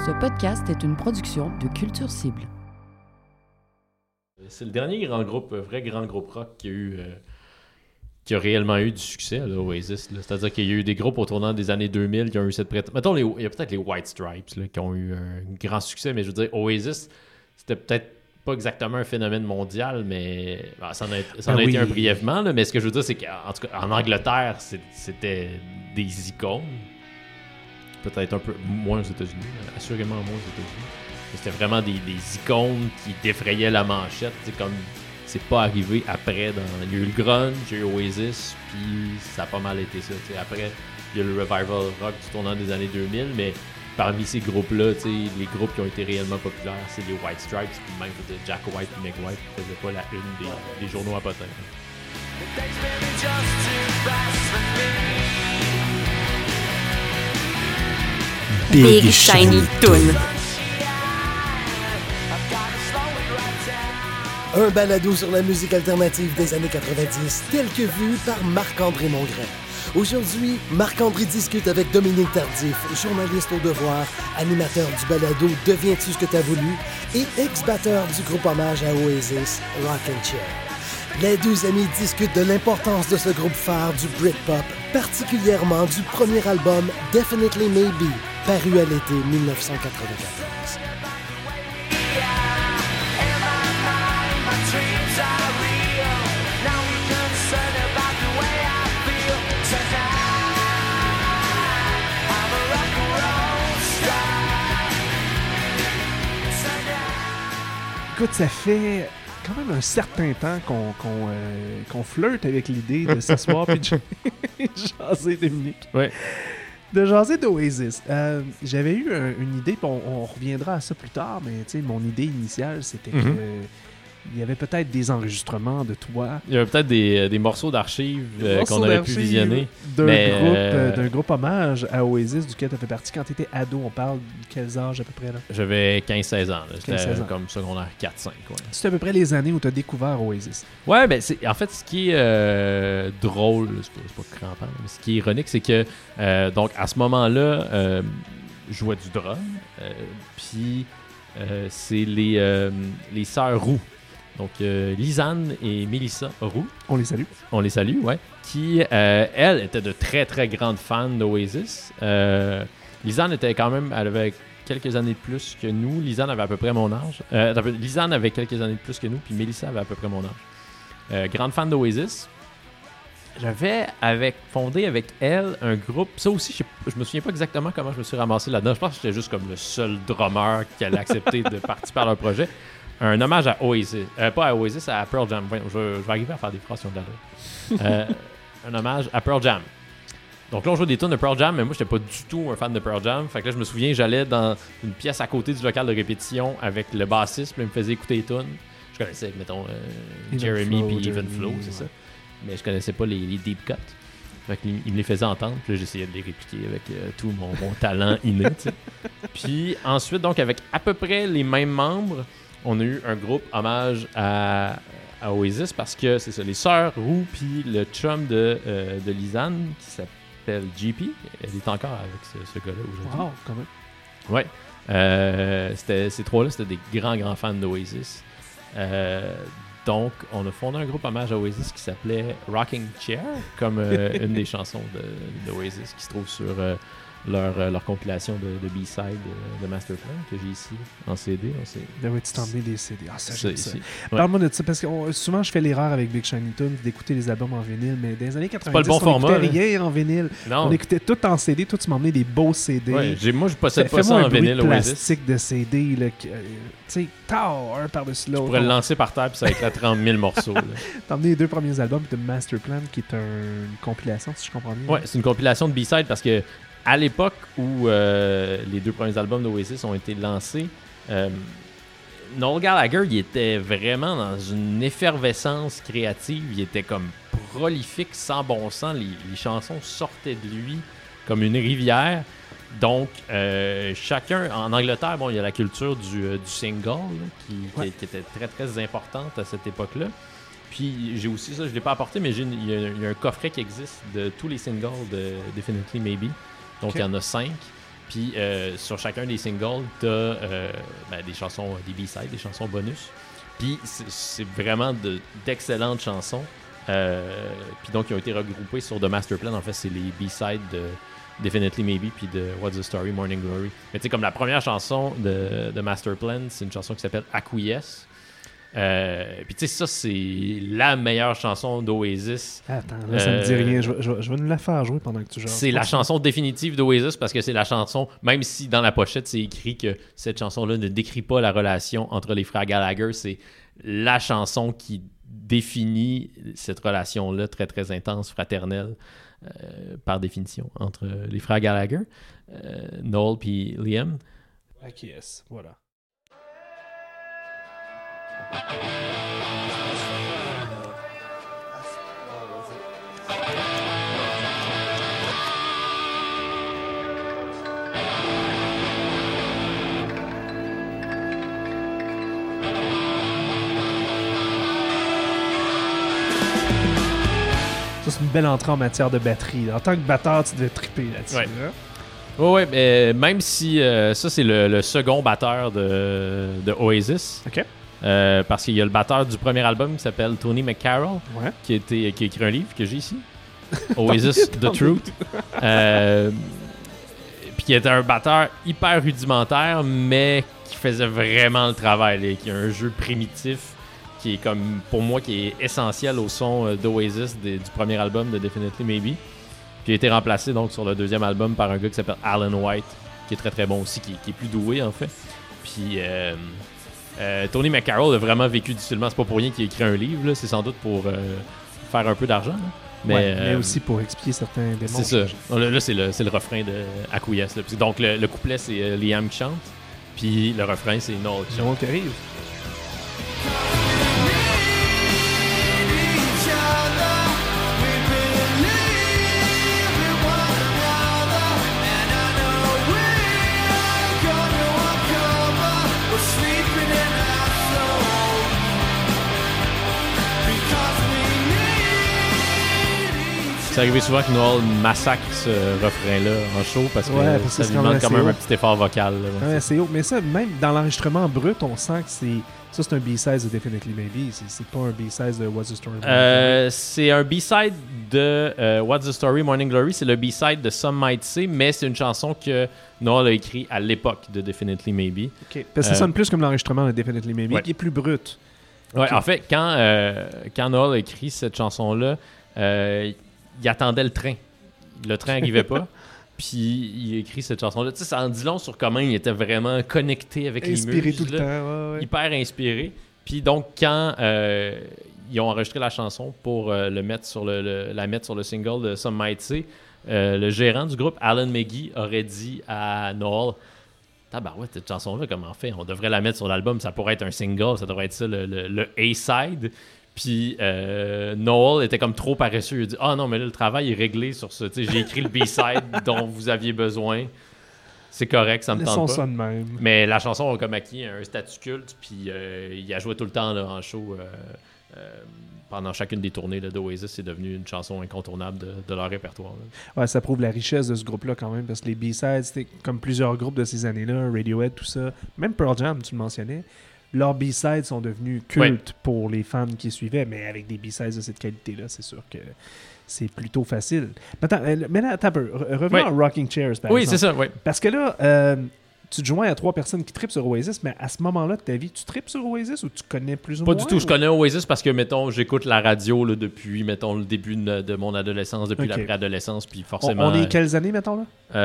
Ce podcast est une production de Culture Cible. C'est le dernier vrai grand groupe rock qui a réellement eu du succès, là, Oasis. Là. C'est-à-dire qu'il y a eu des groupes au tournant des années 2000 qui ont eu cette Mettons, il y a peut-être les White Stripes là, qui ont eu un grand succès, mais je veux dire, Oasis, c'était peut-être pas exactement un phénomène mondial, mais ça en a été un brièvement. Là, mais ce que je veux dire, c'est qu'en tout cas, en Angleterre, c'était des icônes. Peut-être un peu moins aux États-Unis, assurément moins aux États-Unis. Mais c'était vraiment des icônes qui défrayaient la manchette, comme c'est pas arrivé après. Il y a eu le grunge, il y a eu Oasis, puis ça a pas mal été ça. T'sais. Après, il y a le revival rock du tournant des années 2000, mais parmi ces groupes-là, les groupes qui ont été réellement populaires, c'est les White Stripes, puis même Jack White et Meg White qui faisaient pas la une des journaux à potin. Big Shiny Toon. Un balado sur la musique alternative des années 90, tel que vu par Marc-André Mongrain. Aujourd'hui, Marc-André discute avec Dominique Tardif, journaliste au Devoir, animateur du balado Deviens-tu ce que t'as voulu et ex-batteur du groupe hommage à Oasis, Rockin' Chair. Les deux amis discutent de l'importance de ce groupe phare du Britpop, particulièrement du premier album Definitely Maybe, paru à l'été 1994. Écoute, ça fait quand même un certain temps qu'on flirte avec l'idée de s'asseoir et de jaser, Dominique. Ouais. De jaser d'Oasis. J'avais eu une idée, puis on reviendra à ça plus tard, mais mon idée initiale, c'était que il y avait peut-être des enregistrements de toi. Il y avait peut-être des morceaux d'archives qu'on aurait pu visionner. D'un groupe hommage à Oasis duquel tu as fait partie quand tu étais ado. On parle de quels âges à peu près là? J'avais 15-16 ans. Là. C'était 15-16 ans. Comme secondaire 4-5. Ouais. C'est à peu près les années où tu as découvert Oasis. Ouais, ben en fait, ce qui est drôle, c'est pas crampant, mais ce qui est ironique, c'est que donc à ce moment-là, je jouais du drum, puis c'est les sœurs Roux. Donc, Lisanne et Mélissa Roux. On les salue. On les salue, ouais. Qui, elles, étaient de très, très grandes fans d'Oasis. Lisanne était quand même... Elle avait quelques années de plus que nous. Lisanne avait à peu près mon âge. Lisanne avait quelques années de plus que nous, puis Mélissa avait à peu près mon âge. Grande fan d'Oasis. J'avais fondé avec elle un groupe. Ça aussi, je me souviens pas exactement comment je me suis ramassé là-dedans. Je pense que j'étais juste comme le seul drummer qui allait accepter de participer à leur projet. Un hommage à Oasis. Pas à Oasis, à Pearl Jam. Je vais arriver à faire des phrases sur de l'allure. Un hommage à Pearl Jam. Donc là, on jouait des tunes de Pearl Jam, mais moi, j'étais pas du tout un fan de Pearl Jam. Fait que là, je me souviens, j'allais dans une pièce à côté du local de répétition avec le bassiste, puis il me faisait écouter les tunes. Je connaissais, mettons, Jeremy puis Even Flow, c'est ça. Mais je connaissais pas les deep cuts. Fait qu'il me les faisait entendre, puis là, j'essayais de les répliquer avec tout mon talent inné, tu sais. Puis ensuite, donc, avec à peu près les mêmes membres, on a eu un groupe hommage à Oasis parce que c'est ça, les sœurs Roux puis le chum de Lisanne qui s'appelle JP. Elle est encore avec ce gars-là aujourd'hui. Wow, quand même. Ouais. Ces trois-là, c'était des grands fans d'Oasis. Donc, on a fondé un groupe hommage à Oasis qui s'appelait Rocking Chair, comme une des chansons d'Oasis qui se trouve sur leur compilation de B-side de Masterplan que j'ai ici en CD. Tu t'en emmener des CD. Ah, ça, j'aime ça. Ouais. Parle-moi de ça, parce que souvent, je fais l'erreur avec Big Shiny Toon d'écouter les albums en vinyle, mais dans les années 90, pas le bon format, on n'écoutait rien en vinyle. Non. On écoutait tout en CD. Toi, tu m'emmenais des beaux CD. Ouais, moi, je possède pas ça en vinyle Oasis. Plastique de CD, là, tu sais, un par-dessus l'autre. Je pourrais le lancer par terre puis ça éclaterait en 1000 morceaux. T'as emmené les deux premiers albums de Masterplan, qui est une compilation, si je comprends bien. Ouais, c'est une compilation de B-side parce que à l'époque où les deux premiers albums d'Oasis ont été lancés, Noel Gallagher, il était vraiment dans une effervescence créative. Il était comme prolifique, sans bon sens. Les chansons sortaient de lui comme une rivière. Donc, chacun, en Angleterre, bon, il y a la culture du single là, qui était très, très importante à cette époque-là. Puis, j'ai aussi ça, je ne l'ai pas apporté, mais il y a un coffret qui existe de tous les singles de Definitely Maybe. Donc, il y en a 5. Puis sur chacun des singles, t'as des chansons, des B-sides, des chansons bonus. Puis c'est vraiment d'excellentes chansons. Puis donc, ils ont été regroupés sur The Master Plan. En fait, c'est les B-sides de Definitely Maybe puis de What's the Story, Morning Glory. Mais tu sais, comme la première chanson de Master Plan, c'est une chanson qui s'appelle Acquiesce. Puis tu sais, ça, c'est la meilleure chanson d'Oasis. Attends, là, ça me dit rien. Je vais nous la faire jouer pendant que tu joues. C'est la chanson définitive d'Oasis parce que c'est la chanson, même si dans la pochette, c'est écrit que cette chanson-là ne décrit pas la relation entre les frères Gallagher, c'est la chanson qui définit cette relation-là très, très intense, fraternelle, par définition, entre les frères Gallagher, Noel puis Liam. Acquiesce, voilà. Ça, c'est une belle entrée en matière de batterie. En tant que batteur, tu devais triper là-dessus. Ouais. Là. Oui, mais même si ça, c'est le second batteur de Oasis. OK. Parce qu'il y a le batteur du premier album qui s'appelle Tony McCarroll, Ouais. qui a écrit un livre que j'ai ici, Oasis The Truth. Puis qui était un batteur hyper rudimentaire, mais qui faisait vraiment le travail, qui a un jeu primitif qui est comme, pour moi, qui est essentiel au son d'Oasis du premier album de Definitely Maybe. Puis il a été remplacé donc sur le deuxième album par un gars qui s'appelle Alan White, qui est très très bon aussi, qui est plus doué en fait. Puis Tony McCarroll a vraiment vécu difficilement. C'est pas pour rien qu'il a écrit un livre, là. C'est sans doute pour faire un peu d'argent. Là. Mais aussi pour expliquer certains démons. C'est ça. Là, c'est le refrain de Acquiesce. Là. Donc le couplet, c'est Liam qui chante, puis le refrain, c'est Noel qui chante. Noel qui arrive. C'est arrivé souvent que Noel massacre ce refrain-là en show parce que ça lui demande quand même un petit effort vocal. Là, ouais, c'est haut. Mais ça, même dans l'enregistrement brut, on sent que c'est un B-side de Definitely Maybe. C'est pas un B-side de What's the Story. C'est un B-side de What's the Story, Morning Glory. C'est le B-side de Some Might Say, mais c'est une chanson que Noel a écrite à l'époque de Definitely Maybe. OK. Parce que ça sonne plus comme l'enregistrement de Definitely Maybe, qui est plus brut. Ouais, okay. En fait, quand Noel a écrit cette chanson-là, il attendait le train. Le train n'arrivait pas. Puis il a écrit cette chanson-là. Tu sais, ça en dit long sur comment il était vraiment connecté avec inspiré les muses. Tout le temps, ouais. Hyper inspiré. Puis donc, quand ils ont enregistré la chanson pour la mettre sur le single de Some Might Say, le gérant du groupe, Alan McGee, aurait dit à Noel, tabarouette, cette chanson-là, comment on fait? On devrait la mettre sur l'album, ça pourrait être un single, ça devrait être ça, le A-side. Puis Noel était comme trop paresseux. Il a dit « Ah non, mais là, le travail est réglé sur ça. J'ai écrit le B-side dont vous aviez besoin. C'est correct, ça me tente pas. Ça de même. » Mais la chanson a comme acquis un statut culte. Puis il a joué tout le temps là, en show. Pendant chacune des tournées d'Oasis, c'est devenu une chanson incontournable de leur répertoire. Là. Ouais, ça prouve la richesse de ce groupe-là quand même. Parce que les B-sides, c'était comme plusieurs groupes de ces années-là, Radiohead, tout ça. Même Pearl Jam, tu le mentionnais. Leurs B-sides sont devenus cultes pour les fans qui suivaient, mais avec des B-sides de cette qualité-là, c'est sûr que c'est plutôt facile. Mais là, attends un peu. Revenons à Rocking Chairs, par exemple. Oui, c'est ça, oui. Parce que là, tu te joins à 3 personnes qui trippent sur Oasis, mais à ce moment-là de ta vie, tu trippes sur Oasis ou tu connais plus ou moins? Pas du tout. Je connais Oasis parce que, mettons, j'écoute la radio là, depuis, mettons, le début de mon adolescence, depuis la préadolescence, puis forcément... On est quelles années, mettons,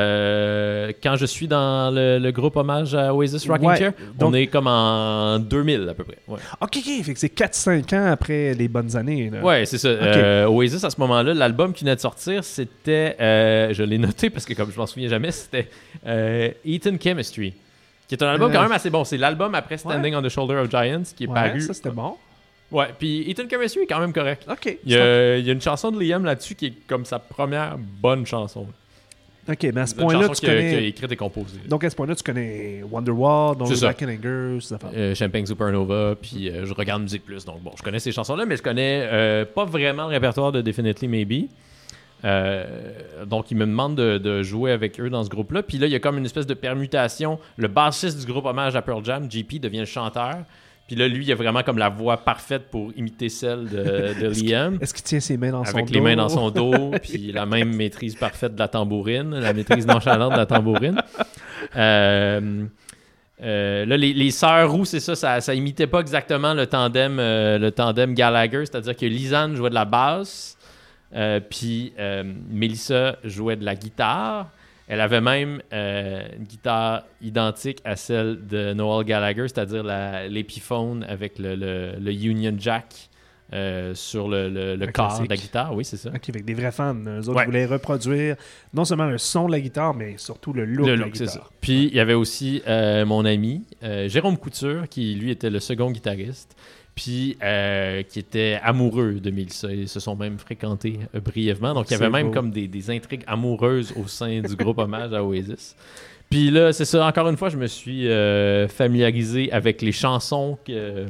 là? Quand je suis dans le groupe hommage à Oasis Rocking Chair, donc... on est comme en 2000 à peu près. Ouais. OK. Fait que c'est 4-5 ans après les bonnes années. Là. Ouais, c'est ça. Oasis, à ce moment-là, l'album qui venait de sortir, c'était... je l'ai noté parce que, comme je m'en souviens jamais, c'était Eton Chemistry. Qui est un album quand même assez bon. C'est l'album après Standing on the Shoulder of Giants qui est paru. Ça, c'était bon. Ouais, puis Eton Chemistry est quand même correct. OK. Il y a une chanson de Liam là-dessus qui est comme sa première bonne chanson. OK, mais à ce point-là, tu connais... qui a écrit et composé. Donc, à ce point-là, tu connais Wonderwall, donc Black and Anger, tout ça. Champagne Supernova, puis je regarde Musique Plus. Donc, bon, je connais ces chansons-là, mais je connais pas vraiment le répertoire de Definitely Maybe. Donc, ils me demandent de jouer avec eux dans ce groupe-là. Puis là, il y a comme une espèce de permutation. Le bassiste du groupe hommage à Pearl Jam, JP, devient le chanteur. Puis là, lui, il a vraiment comme la voix parfaite pour imiter celle de Liam. Est-ce qu'il tient ses mains dans son dos? Avec les mains dans son dos, puis la même maîtrise parfaite de la tambourine, la maîtrise nonchalante de la tambourine. Là, les sœurs Roux, c'est ça imitait pas exactement le tandem Gallagher, c'est-à-dire que Lisanne jouait de la basse, puis Melissa jouait de la guitare. Elle avait même une guitare identique à celle de Noel Gallagher, c'est-à-dire l'Epiphone avec le Union Jack sur le corps de la guitare. Oui, c'est ça. OK, avec des vrais fans. Eux autres voulaient reproduire non seulement le son de la guitare, mais surtout le look de la guitare. C'est ça. Puis, il y avait aussi mon ami, Jérôme Couture, qui, lui, était le second guitariste, puis qui était amoureux de Melissa. Ils se sont même fréquentés brièvement. Donc, il y avait même comme des intrigues amoureuses au sein du groupe hommage à Oasis. Puis là, c'est ça, encore une fois, je me suis familiarisé avec les chansons que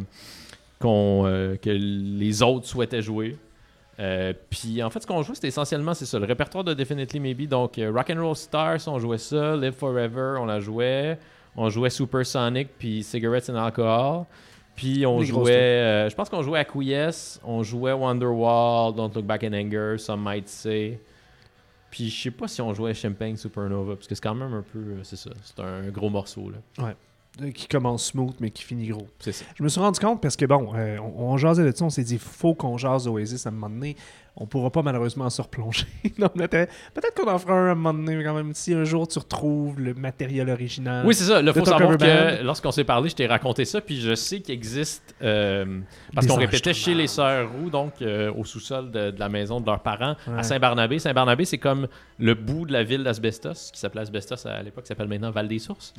les autres souhaitaient jouer. Puis en fait, ce qu'on jouait, c'était essentiellement, c'est ça, le répertoire de Definitely Maybe. Donc, Rock'n'Roll Stars, on jouait ça. Live Forever, on la jouait. On jouait Supersonic, puis Cigarettes and Alcohol. Puis on jouait, je pense qu'on jouait Acquiesce, on jouait Wonderwall, Don't Look Back in Anger, Some Might Say. Puis je sais pas si on jouait Champagne Supernova, parce que c'est quand même un peu, c'est ça, c'est un gros morceau, là. Ouais. Qui commence smooth, mais qui finit gros. C'est ça. Je me suis rendu compte parce que, bon, on jasait de ça, on s'est dit, faut qu'on jase Oasis à un moment donné. On pourra pas malheureusement se replonger. Peut-être qu'on en fera un à un moment donné, mais quand même, si un jour tu retrouves le matériel original. Oui, c'est ça. Il faut savoir que lorsqu'on s'est parlé, je t'ai raconté ça, puis je sais qu'il existe, parce qu'on répétait chez les Sœurs Roux, donc au sous-sol de la maison de leurs parents, à Saint-Barnabé. Saint-Barnabé, c'est comme le bout de la ville d'Asbestos, qui s'appelait Asbestos à l'époque, qui s'appelle maintenant Val-des-Sources.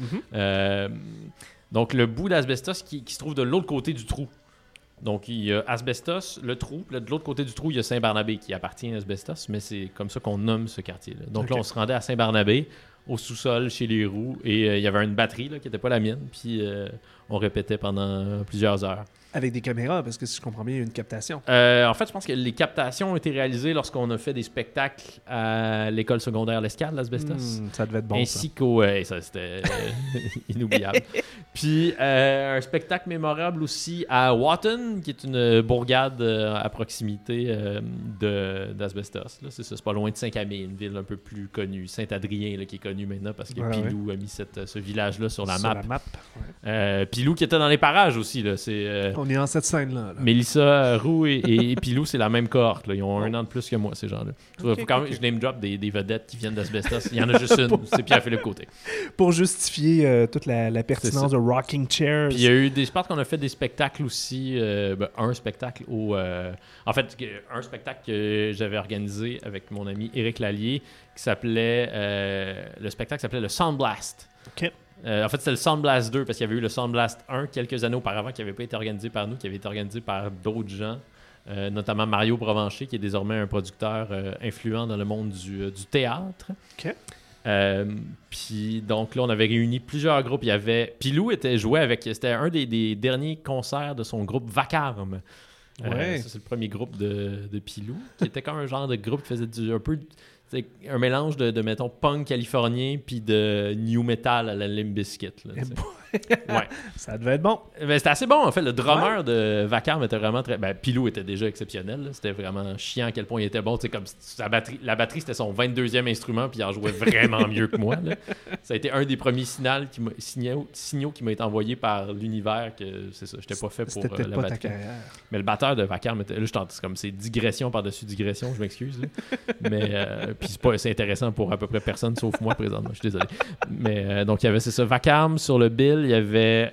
Donc, le bout d'Asbestos qui se trouve de l'autre côté du trou. Donc, il y a Asbestos, le trou. Là, de l'autre côté du trou, il y a Saint-Barnabé qui appartient à Asbestos, mais c'est comme ça qu'on nomme ce quartier-là. Donc là, on se rendait à Saint-Barnabé, au sous-sol, chez les Roux, et il y avait une batterie là, qui n'était pas la mienne, puis on répétait pendant plusieurs heures. Avec des caméras, parce que si je comprends bien, il y a une captation. En fait, je pense que les captations ont été réalisées lorsqu'on a fait des spectacles à l'école secondaire L'Escale, l'Asbestos. Ça devait être bon, ainsi qu'au... ça, c'était inoubliable. Puis, un spectacle mémorable aussi à Wotton, qui est une bourgade à proximité d'Asbestos. Là, c'est ça, c'est pas loin de Saint-Camille, une ville un peu plus connue. Saint-Adrien, là, qui est connu maintenant parce que Pilou a mis ce village-là sur la map. Pilou qui était dans les parages aussi, là. On est dans cette scène-là. Mélissa Roux et Pilou, c'est la même cohorte. Là. Ils ont un an de plus que moi, ces gens-là. Faut quand même, je name drop des vedettes qui viennent d'Asbestos. Il y en a juste une, c'est Pierre-Philippe Côté. Pour justifier toute la pertinence de Rocking Chairs. Puis il y a eu je pense qu'on a fait des spectacles aussi. Un spectacle en fait, un spectacle que j'avais organisé avec mon ami Éric Lallier qui s'appelait... le spectacle s'appelait le Sound Blast. OK. En fait, c'était le Sound Blast 2 parce qu'il y avait eu le Sound Blast 1 quelques années auparavant qui n'avait pas été organisé par nous, qui avait été organisé par d'autres gens, notamment Mario Provencher, qui est désormais un producteur influent dans le monde du théâtre. OK. Puis donc là, on avait réuni plusieurs groupes. Il y avait Pilou jouait avec... C'était un des derniers concerts de son groupe Vacarme. Ouais. Ça, c'est le premier groupe de Pilou, qui était comme un genre de groupe qui faisait un peu... C'est un mélange de mettons, punk californien puis de new metal à la Limp Bizkit. Là, ouais. Ça devait être bon. Ben, c'était assez bon, en fait. Le drummer de Vacarme était vraiment très... Pilou était déjà exceptionnel. Là. C'était vraiment chiant à quel point il était bon. Comme la batterie, c'était son 22e instrument puis il en jouait vraiment mieux que moi. Là. Ça a été un des premiers signaux qui m'a été envoyé par l'univers que c'est ça, j'étais pas fait pour la batterie. Mais le batteur de Vacarme était... Là, c'est comme c'est digression par-dessus digression, je m'excuse. Mais... puis c'est intéressant pour à peu près personne sauf moi présentement, je suis désolé. Mais donc il y avait c'est ça, Vacarme sur le bill, il y avait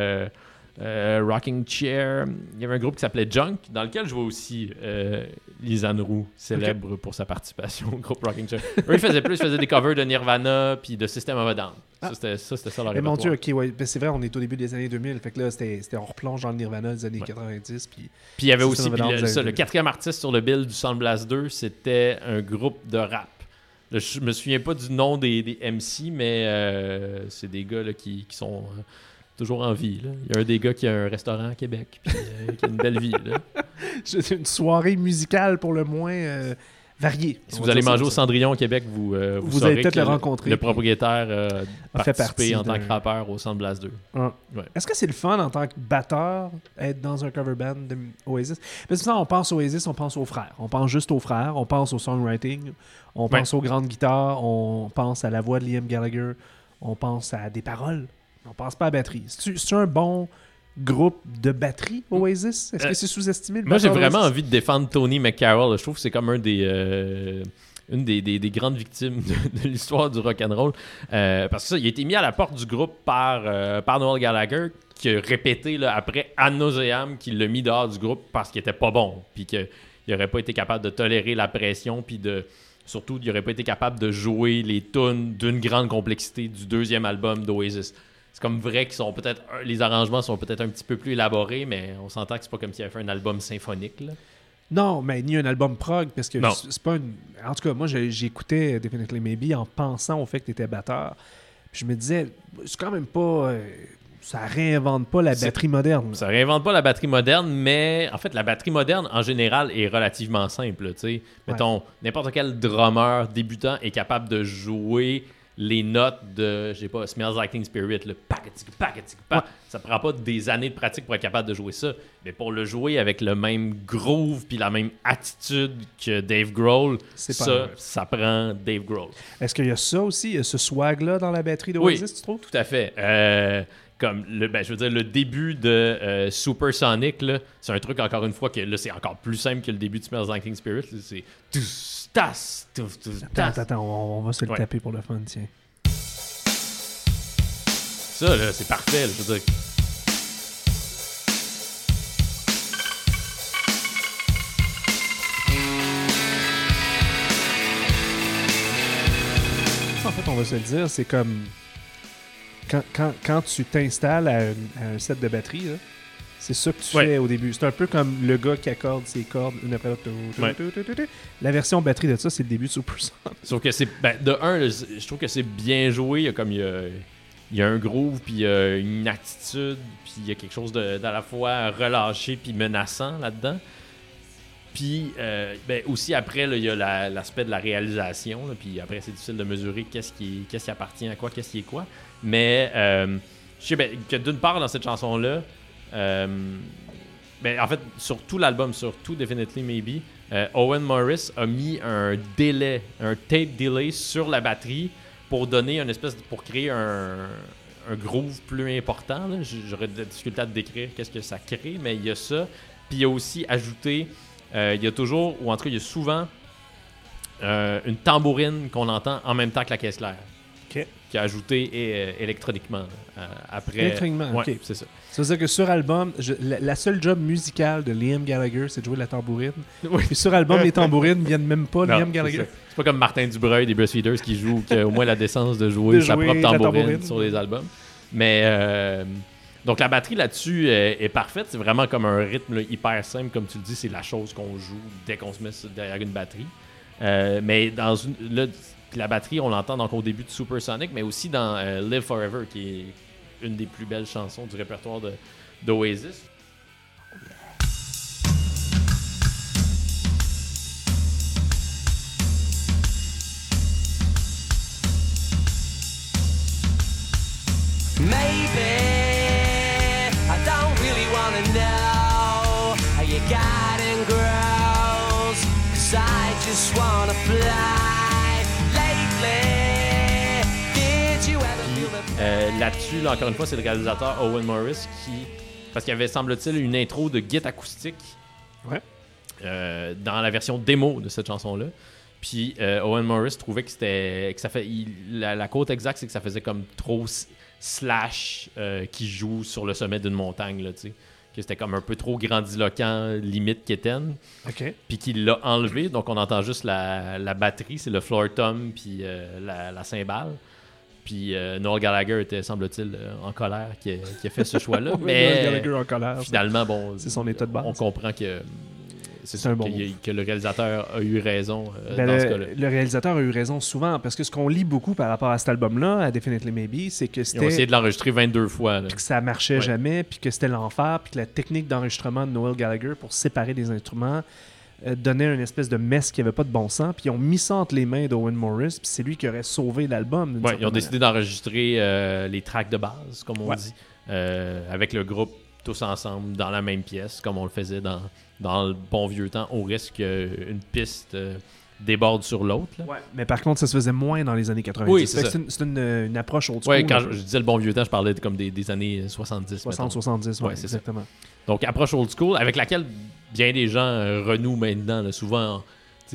Rocking Chair, il y avait un groupe qui s'appelait Junk, dans lequel je vois aussi Lisanne Roux, célèbre pour sa participation au groupe Rocking Chair. Eux, ils faisaient des covers de Nirvana puis de System of a Down. C'était ça leur répertoire. Mon Dieu, ok, ouais. Ben, c'est vrai, on est au début des années 2000, fait que là, on replonge dans le Nirvana des années 90. Puis il y avait aussi le quatrième artiste sur le bill du Sound Blast 2, c'était un groupe de rap. Là, je me souviens pas du nom des MC, mais c'est des gars là, qui sont toujours en vie. Là. Il y a un des gars qui a un restaurant à Québec, puis qui a une belle vie. Là. C'est une soirée musicale pour le moins varié. Si vous allez manger au Cendrillon au Québec, vous allez peut-être le rencontrer. Le propriétaire a fait participé en partie tant que rappeur au Centre Blast 2. Ah. Ouais. Est-ce que c'est le fun en tant que batteur être dans un cover band de Oasis? Parce que ça, on pense Oasis, on pense aux frères. On pense juste aux frères, on pense au songwriting, on pense aux grandes guitares, on pense à la voix de Liam Gallagher, on pense à des paroles, on pense pas à la batterie. C'est un bon groupe de batterie, Oasis? Est-ce que c'est sous-estimé? Moi, j'ai vraiment envie de défendre Tony McCarroll. Je trouve que c'est comme une des grandes victimes de l'histoire du rock'n'roll. Parce que ça, il a été mis à la porte du groupe par Noel Gallagher, qui a répété là, après ad nauseam qu'il l'a mis dehors du groupe parce qu'il était pas bon. Puis qu'il n'aurait pas été capable de tolérer la pression. Puis surtout, il n'aurait pas été capable de jouer les tunes d'une grande complexité du deuxième album d'Oasis. C'est comme vrai qu'ils sont peut-être... Les arrangements sont peut-être un petit peu plus élaborés, mais on s'entend que c'est pas comme s'il avait fait un album symphonique, là. Non, mais ni un album prog, parce que Non. c'est pas une... En tout cas, moi, j'écoutais Definitely Maybe en pensant au fait que tu étais batteur. Puis je me disais, c'est quand même pas... ça réinvente pas la batterie moderne. Ça réinvente pas la batterie moderne, mais en fait, la batterie moderne, en général, est relativement simple, tu sais. Mettons, n'importe quel drummer débutant est capable de jouer les notes de, je sais pas, Smells Like Teen Spirit, le pac. Ça prend pas des années de pratique pour être capable de jouer ça. Mais pour le jouer avec le même groove puis la même attitude que Dave Grohl, ça prend Dave Grohl. Est-ce qu'il y a ça aussi? Il y a ce swag-là dans la batterie d'Oasis, tu trouves? Tout à fait. Comme je veux dire, le début de Supersonic, là, c'est un truc, encore une fois, que là, c'est encore plus simple que le début de Smells Like Teen Spirit. Là, c'est... Attends, on va se le taper pour le fun, tiens. Ça, là, c'est parfait, là, je veux dire. En fait, on va se le dire, c'est comme... Quand tu t'installes à un set de batterie, là, c'est ça que tu fais au début. C'est un peu comme le gars qui accorde ses cordes une après l'autre. La version batterie de ça, c'est le début de Supersonic. Sauf que c'est... de un, là, je trouve que c'est bien joué. Il y a un groove, puis il y a une attitude, puis il y a quelque chose d'à la fois relâché puis menaçant là-dedans. Puis aussi après, il y a l'aspect de la réalisation. Là, puis après, c'est difficile de mesurer qu'est-ce qui appartient à quoi, qu'est-ce qui est quoi. Mais je sais que d'une part, dans cette chanson-là, en fait, sur tout l'album, sur tout Definitely Maybe, Owen Morris a mis un tape delay sur la batterie pour donner pour créer un groove plus important. Là. J'aurais de la difficulté à te décrire qu'est-ce que ça crée, mais il y a ça. Puis il y a aussi ajouté, il y a toujours, ou en tout cas il y a souvent, une tambourine qu'on entend en même temps que la caisse claire. OK. Qui a ajouté électroniquement après. Électroniquement, ouais, OK. c'est ça. Ça veut dire que sur album, la seule job musicale de Liam Gallagher, c'est de jouer de la tambourine. Oui. Puis sur album, les tambourines viennent même pas Non, Liam Gallagher. C'est pas comme Martin Dubreuil des Breastfeeders qui joue, qui a au moins la décence de jouer sa propre tambourine sur les albums. Mais donc la batterie là-dessus est parfaite. C'est vraiment comme un rythme là, hyper simple. Comme tu le dis, c'est la chose qu'on joue dès qu'on se met derrière une batterie. Mais dans la batterie, on l'entend donc au début de Supersonic, mais aussi dans Live Forever, qui est une des plus belles chansons du répertoire d'Oasis. Maybe I don't really wanna know how you got in grows, 'cause I just wanna fly lately. Did you ever feel the Là-dessus, là, encore une fois, c'est le réalisateur Owen Morris parce qu'il y avait, semble-t-il, une intro de guitare acoustique dans la version démo de cette chanson-là. Puis Owen Morris trouvait que ça fait... La quote exacte, c'est que ça faisait comme trop Slash qui joue sur le sommet d'une montagne, là, tu sais. Que c'était comme un peu trop grandiloquent, limite quétaine. OK. Puis qu'il l'a enlevé, donc on entend juste la batterie, c'est le floor tom, puis la cymbale. Puis Noel Gallagher était, semble-t-il, en colère qui a fait ce choix-là. Mais Noel Gallagher en colère. finalement, bon, c'est son état de base. On comprend que c'est un bon que le réalisateur a eu raison dans ce cas-là. Le réalisateur a eu raison souvent, parce que ce qu'on lit beaucoup par rapport à cet album-là, à Definitely Maybe, c'est que Ils ont essayé de l'enregistrer 22 fois. Là. Puis que ça marchait jamais, puis que c'était l'enfer, puis que la technique d'enregistrement de Noel Gallagher pour séparer des instruments donnait une espèce de mess qui avait pas de bon sens, puis ils ont mis ça entre les mains d'Owen Morris, puis c'est lui qui aurait sauvé l'album. Ouais, ils ont décidé d'enregistrer les tracks de base, comme on dit, avec le groupe tous ensemble dans la même pièce, comme on le faisait dans le bon vieux temps, au risque qu'une piste déborde sur l'autre. Là. Ouais, mais par contre, ça se faisait moins dans les années 90. Oui, c'est ça. C'est une approche old school. Oui, quand je disais le bon vieux temps, je parlais comme des années 70. 60-70, ouais, exactement. Ça. Donc, approche old school, avec laquelle bien des gens renouent maintenant. Là, souvent,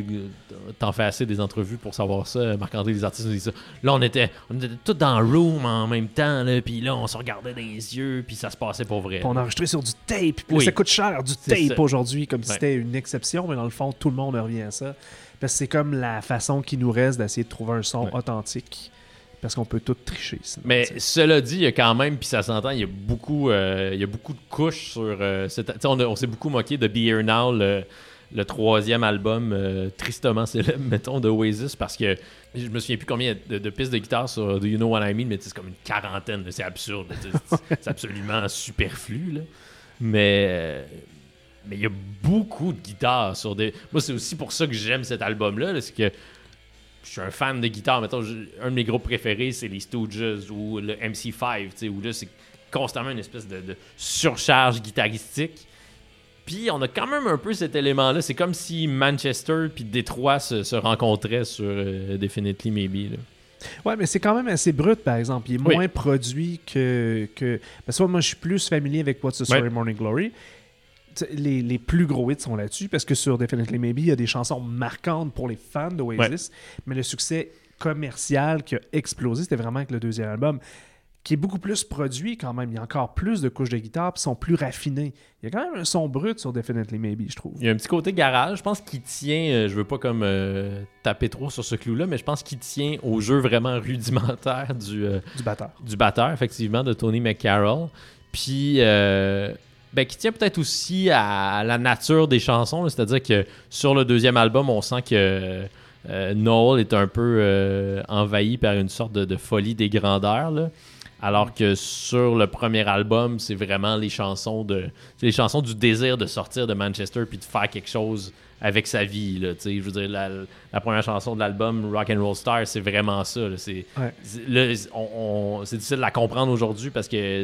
t'en fais assez des entrevues pour savoir ça. Marc-André, les artistes nous disent ça. Là, on était tous dans le room en même temps, puis là, on se regardait dans les yeux, puis ça se passait pour vrai. Puis on enregistrait sur du tape, puis ça coûte cher, du tape aujourd'hui, comme si c'était une exception, mais dans le fond, tout le monde revient à ça. Parce que c'est comme la façon qui nous reste d'essayer de trouver un son authentique. Parce qu'on peut tout tricher. Sinon, mais cela dit, il y a quand même, puis ça s'entend, il y a beaucoup de couches sur... on s'est beaucoup moqué de Be Here Now, le troisième album tristement célèbre, mettons, de Oasis, parce que je me souviens plus combien de pistes de guitare sur Do You Know What I Mean, mais c'est comme une quarantaine, là, c'est absurde. C'est absolument superflu. Là. Mais il y a beaucoup de guitares sur des... Moi, c'est aussi pour ça que j'aime cet album-là, là, c'est que je suis un fan de guitare. Mettons, un de mes groupes préférés, c'est les Stooges ou le MC5, où là, c'est constamment une espèce de surcharge guitaristique. Puis on a quand même un peu cet élément-là. C'est comme si Manchester puis Détroit se rencontraient sur Definitely Maybe. Là. Ouais, mais c'est quand même assez brut, par exemple. Il est moins produit que... Parce que moi, je suis plus familier avec What's the Story Morning Glory. Les plus gros hits sont là-dessus, parce que sur Definitely Maybe, il y a des chansons marquantes pour les fans d'Oasis, mais le succès commercial qui a explosé, c'était vraiment avec le deuxième album, qui est beaucoup plus produit quand même. Il y a encore plus de couches de guitare, puis sont plus raffinés. Il y a quand même un son brut sur Definitely Maybe, je trouve. Il y a un petit côté garage, je pense qu'il tient, je veux pas comme taper trop sur ce clou-là, mais je pense qu'il tient au jeu vraiment rudimentaire du batteur. Du batteur, effectivement, de Tony McCarroll. Puis... qui tient peut-être aussi à la nature des chansons, là. C'est-à-dire que sur le deuxième album, on sent que Noel est un peu envahi par une sorte de folie des grandeurs, là. Alors que sur le premier album, c'est vraiment les chansons du désir de sortir de Manchester puis de faire quelque chose avec sa vie. Là, je veux dire, la première chanson de l'album, Rock and Roll Star, c'est vraiment ça. Là, c'est difficile de la comprendre aujourd'hui parce que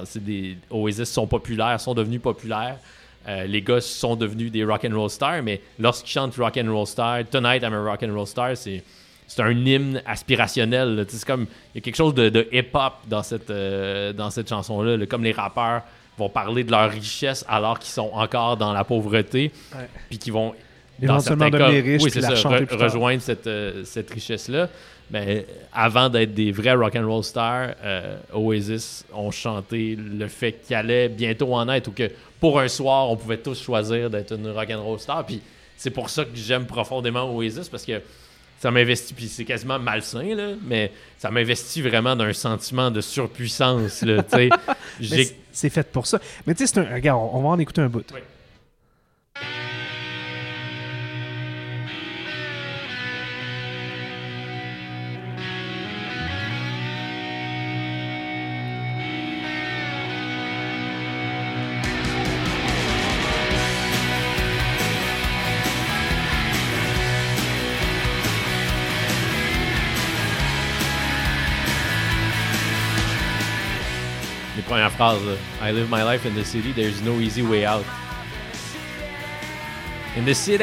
Oasis sont populaires, sont devenus populaires. Les gars sont devenus des Rock and Roll Stars, mais lorsqu'ils chantent Rock and Roll Star, Tonight I'm a Rock and Roll Star, c'est un hymne aspirationnel. C'est comme, il y a quelque chose de hip-hop dans cette chanson-là. Là, comme les rappeurs vont parler de leur richesse alors qu'ils sont encore dans la pauvreté, puis qu'ils vont éventuellement devenir riches, oui, c'est ça, rejoindre cette richesse-là. Mais avant d'être des vrais rock'n'roll stars, Oasis ont chanté le fait qu'il allait bientôt en être, ou que pour un soir, on pouvait tous choisir d'être une rock'n'roll star. Puis c'est pour ça que j'aime profondément Oasis, parce que ça m'investit, puis c'est quasiment malsain, là, mais ça m'investit vraiment d'un sentiment de surpuissance. Là, c'est fait pour ça. Mais tu sais, regarde, on va en écouter un bout. Oui. Première phrase, I live my life in the city, there's no easy way out. In the city!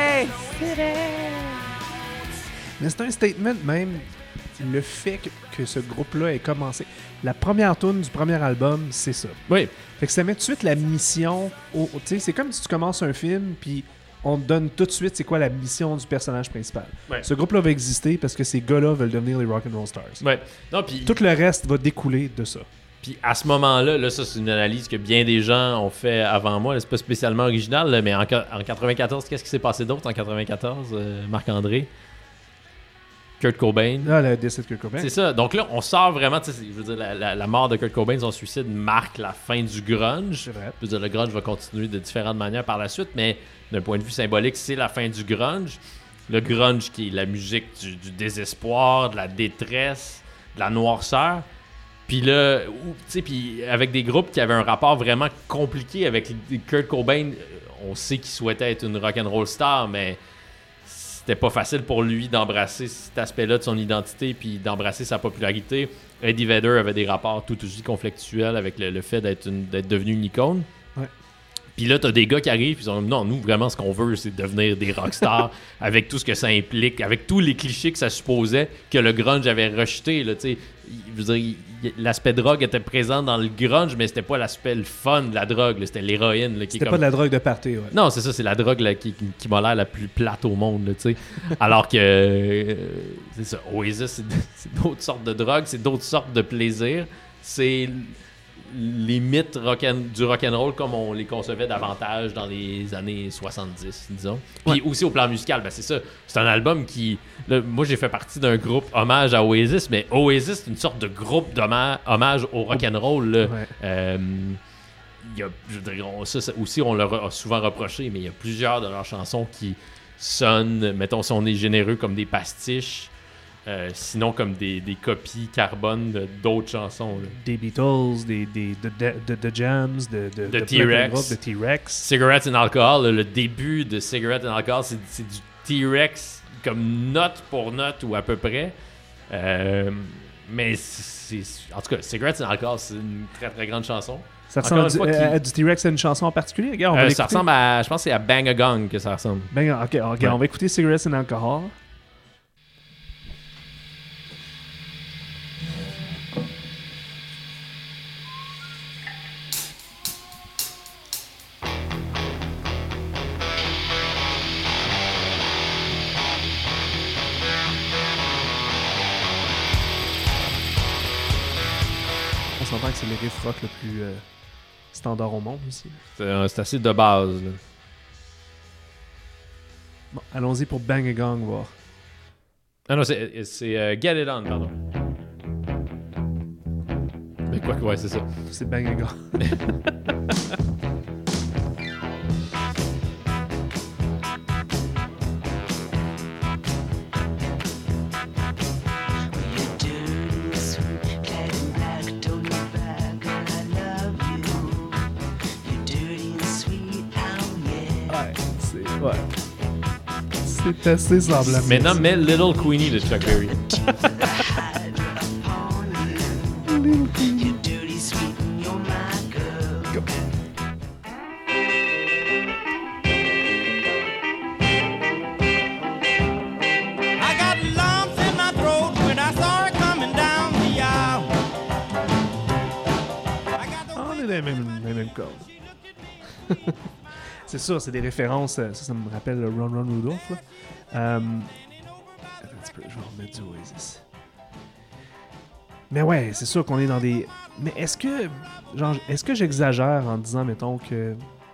Mais c'est un statement même, le fait que ce groupe-là ait commencé. La première tune du premier album, c'est ça. Oui. Fait que ça met tout de suite la mission tu sais, c'est comme si tu commences un film, puis on te donne tout de suite c'est quoi la mission du personnage principal. Ouais. Ce groupe-là va exister parce que ces gars-là veulent devenir les Rock'n'Roll Stars. Ouais. Non, puis tout le reste va découler de ça. Puis à ce moment-là, là, ça c'est une analyse que bien des gens ont fait avant moi. Là, c'est pas spécialement original, là, mais en 94, qu'est-ce qui s'est passé d'autre en 94, Marc-André? Kurt Cobain. Ah, le décès de Kurt Cobain. C'est ça. Donc là, on sort vraiment, je veux dire, la mort de Kurt Cobain, son suicide marque la fin du grunge. C'est vrai. Je veux dire, le grunge va continuer de différentes manières par la suite, mais d'un point de vue symbolique, c'est la fin du grunge. Le grunge qui est la musique du désespoir, de la détresse, de la noirceur. Puis là, tu sais, puis avec des groupes qui avaient un rapport vraiment compliqué avec Kurt Cobain, on sait qu'il souhaitait être une rock'n'roll star, mais c'était pas facile pour lui d'embrasser cet aspect-là de son identité puis d'embrasser sa popularité. Eddie Vedder avait des rapports tout aussi conflictuels avec le fait d'être devenu une icône. Ouais. Puis là, t'as des gars qui arrivent, ils sont non, nous, vraiment, ce qu'on veut, c'est devenir des rockstars avec tout ce que ça implique, avec tous les clichés que ça supposait que le grunge avait rejeté. Là, je veux dire, l'aspect drogue était présent dans le grunge, mais c'était pas l'aspect le fun de la drogue, là, c'était l'héroïne. Là, C'était pas de la drogue de party, ouais. Non, c'est ça, c'est la drogue là, qui m'a l'air la plus plate au monde. Là, alors que, c'est ça, Oasis, c'est d'autres sortes de drogue, c'est d'autres sortes de plaisirs. C'est les mythes du rock'n'roll comme on les concevait davantage dans les années 70, disons. Puis aussi au plan musical, ben c'est ça. C'est un album qui... Là, moi, j'ai fait partie d'un groupe hommage à Oasis, mais Oasis, c'est une sorte de groupe hommage au rock'n'roll. Là. Ouais. Je veux dire, ça aussi, on leur a souvent reproché, mais il y a plusieurs de leurs chansons qui sonnent, mettons, si on est généreux, comme des pastiches. Sinon comme des copies carbone d'autres chansons. Là. Des Beatles, de Jams, de T-Rex. De T-Rex. Cigarettes and Alcohol, là, le début de Cigarettes and Alcohol, c'est du T-Rex comme note pour note ou à peu près. Mais en tout cas, Cigarettes and Alcohol, c'est une très très grande chanson. Ça ressemble à du T-Rex à une chanson en particulier? Regarde, ça ressemble à... Je pense que c'est à Bang a Gong que ça ressemble. Ok, ouais. On va écouter Cigarettes and Alcohol. On s'entend que c'est le riff rock le plus standard au monde aussi. C'est assez de base. Là. Bon, allons-y pour Bang a Gong, voir. Ah non, c'est Get It On, pardon. Mais quoi que, ouais, c'est ça. C'est Bang a Gong. Ouais. C'est assez semblable. Maintenant, mets Little Queenie de Chuck Berry. On est dans les mêmes cordes. C'est sûr, c'est des références. Ça me rappelle Run Run Rudolph. Là. Attends un petit peu, je vais remettre du Oasis. Mais ouais, c'est sûr qu'on est dans des... Mais est-ce que j'exagère en disant, mettons, que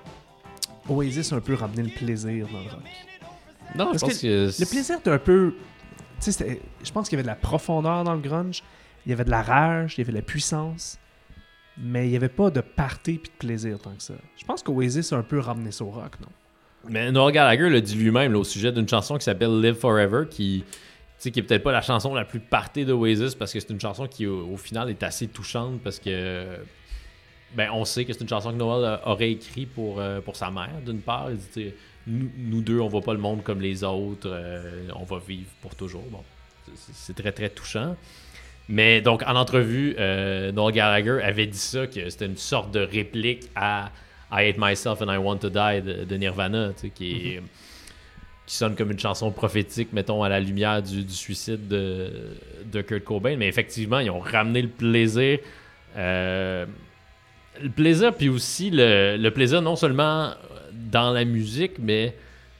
Oasis a un peu ramené le plaisir dans le rock? Non, je pense que... Le plaisir était un peu... Tu sais, je pense qu'il y avait de la profondeur dans le grunge. Il y avait de la rage, il y avait de la puissance. Mais il n'y avait pas de party et de plaisir tant que ça. Je pense qu'Oasis a un peu ramené ça au rock, non? Mais Noel Gallagher l'a dit lui-même là, au sujet d'une chanson qui s'appelle Live Forever, qui est peut-être pas la chanson la plus party d'Oasis, parce que c'est une chanson qui, au final, est assez touchante, parce que on sait que c'est une chanson que Noel aurait écrit pour sa mère, d'une part. Il dit, nous deux, on voit pas le monde comme les autres, on va vivre pour toujours. Bon, c'est très, très touchant. Mais donc, en entrevue, Noel Gallagher avait dit ça, que c'était une sorte de réplique à I Hate Myself and I Want to Die de Nirvana, qui sonne comme une chanson prophétique, mettons, à la lumière du suicide de Kurt Cobain. Mais effectivement, ils ont ramené le plaisir. Le plaisir, puis aussi le plaisir non seulement dans la musique, mais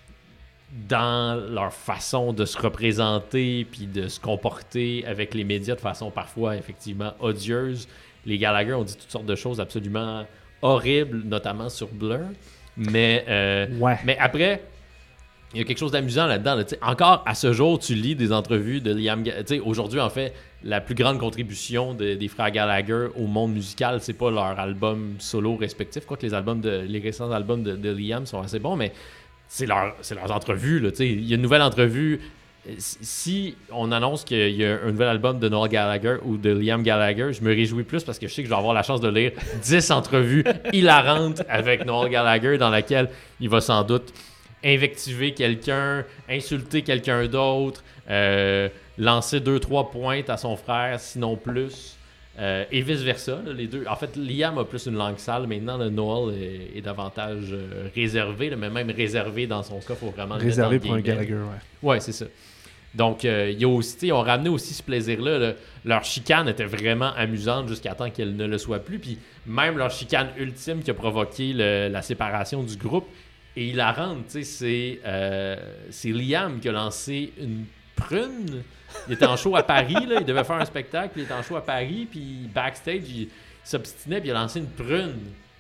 dans leur façon de se représenter puis de se comporter avec les médias de façon parfois effectivement odieuse. Les Gallagher ont dit toutes sortes de choses absolument horribles, notamment sur Blur. Mais après, il y a quelque chose d'amusant là-dedans. Là. Encore à ce jour, tu lis des entrevues de Liam Gallagher. Aujourd'hui, en fait, la plus grande contribution des frères Gallagher au monde musical, c'est pas leur album solo respectif. Quoique les récents albums de Liam sont assez bons, mais c'est leurs entrevues. Là, il y a une nouvelle entrevue si on annonce qu'il y a un nouvel album de Noel Gallagher ou de Liam Gallagher, je me réjouis plus parce que je sais que je vais avoir la chance de lire 10 entrevues hilarantes avec Noel Gallagher dans laquelle il va sans doute invectiver quelqu'un, insulter quelqu'un d'autre, lancer 2-3 pointes à son frère, sinon plus, et vice-versa. Là, les deux. En fait, Liam a plus une langue sale. Maintenant, le Noel est davantage réservé, là, mais même réservé dans son cas, il faut vraiment le mettre Réservé entre pour un guillemets. Gallagher, ouais. Ouais, c'est ça. Donc, il y a aussi, ils ont ramené aussi ce plaisir-là. Là. Leur chicane était vraiment amusante jusqu'à temps qu'elle ne le soit plus. Puis même leur chicane ultime qui a provoqué la séparation du groupe est hilarante. Tu sais, c'est Liam qui a lancé une prune. Il était en show à Paris, là. Il devait faire un spectacle. Il était en show à Paris. Puis backstage, il s'obstinait. Puis il a lancé une prune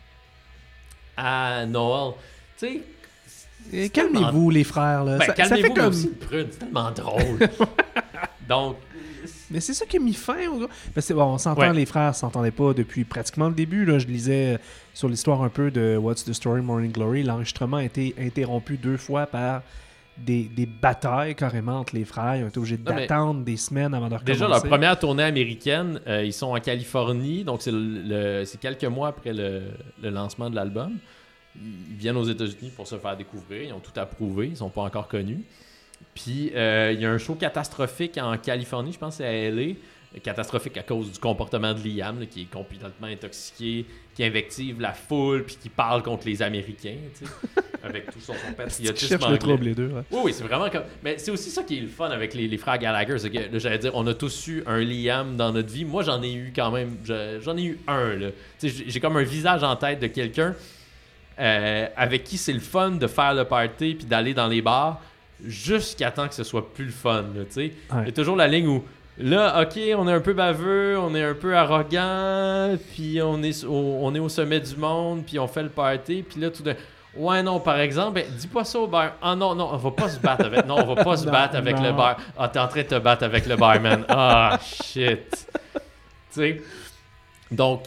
à Noel. Tu sais, Et calmez-vous, les frères. Là. ben, ça calmez-vous, fait mais comme... aussi une prune. C'est tellement drôle. Donc, Mais c'est ça qui a mis fin au gars. Parce que bon, on s'entend, Ouais. les frères s'entendaient pas depuis pratiquement le début. Là, je lisais sur l'histoire un peu de What's the Story Morning Glory. L'enregistrement a été interrompu 2 fois par des batailles carrément entre les frères. Ils ont été obligés Non, mais d'attendre des semaines avant de recommencer. déjà, leur première tournée américaine, ils sont en Californie, donc c'est quelques mois après le lancement de l'album. Ils viennent aux États-Unis pour se faire découvrir. Ils ont tout approuvé. Ils ne sont pas encore connus. Puis, il y a un show catastrophique en Californie, je pense que c'est à LA. Catastrophique à cause du comportement de Liam, là, qui est complètement intoxiqué, qui invective la foule, puis qui parle contre les Américains, tu sais, avec tout son Tu patriotisme cherches le anglais. trouble, les deux. Ouais. Oui, c'est vraiment comme... Mais c'est aussi ça qui est le fun avec les frères Gallagher, c'est que, là, j'allais dire, on a tous eu un Liam dans notre vie. Moi, j'en ai eu quand même... J'en ai eu un, là. Tu sais, j'ai comme un visage en tête de quelqu'un avec qui c'est le fun de faire le party puis d'aller dans les bars jusqu'à temps que ce soit plus le fun, là, tu sais. Ouais. Il y a toujours la ligne où... Là, OK, on est un peu baveux, on est un peu arrogant, puis on est au sommet du monde, puis on fait le party, puis là, tout d'un... Ouais, non, par exemple, ben, dis pas ça au bar. Ah non, on va pas se battre avec... Non, on va pas se Non, battre avec non. le bar. Ah, t'es en train de te battre avec le barman. Ah, shit. Tu sais? Donc,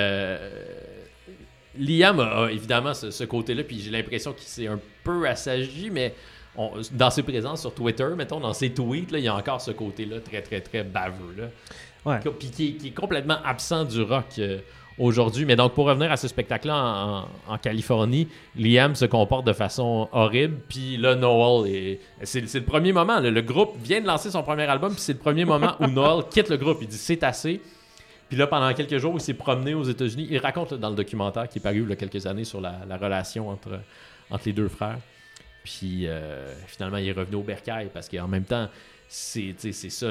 Liam a évidemment ce côté-là, puis j'ai l'impression qu'il s'est un peu assagi, mais dans ses présences sur Twitter, mettons, dans ses tweets, là, il y a encore ce côté-là très, très, très baveux. Là. Ouais. Puis qui est complètement absent du rock aujourd'hui. Mais donc, pour revenir à ce spectacle-là en Californie, Liam se comporte de façon horrible. Puis là, Noel, c'est le premier moment. Là, le groupe vient de lancer son premier album, puis c'est le premier moment où Noel quitte le groupe. Il dit « c'est assez ». Puis là, pendant quelques jours, il s'est promené aux États-Unis. Il raconte là, dans le documentaire qui est paru il y a quelques années sur la relation entre les deux frères. Puis finalement, il est revenu au bercail parce qu'en même temps, c'est ça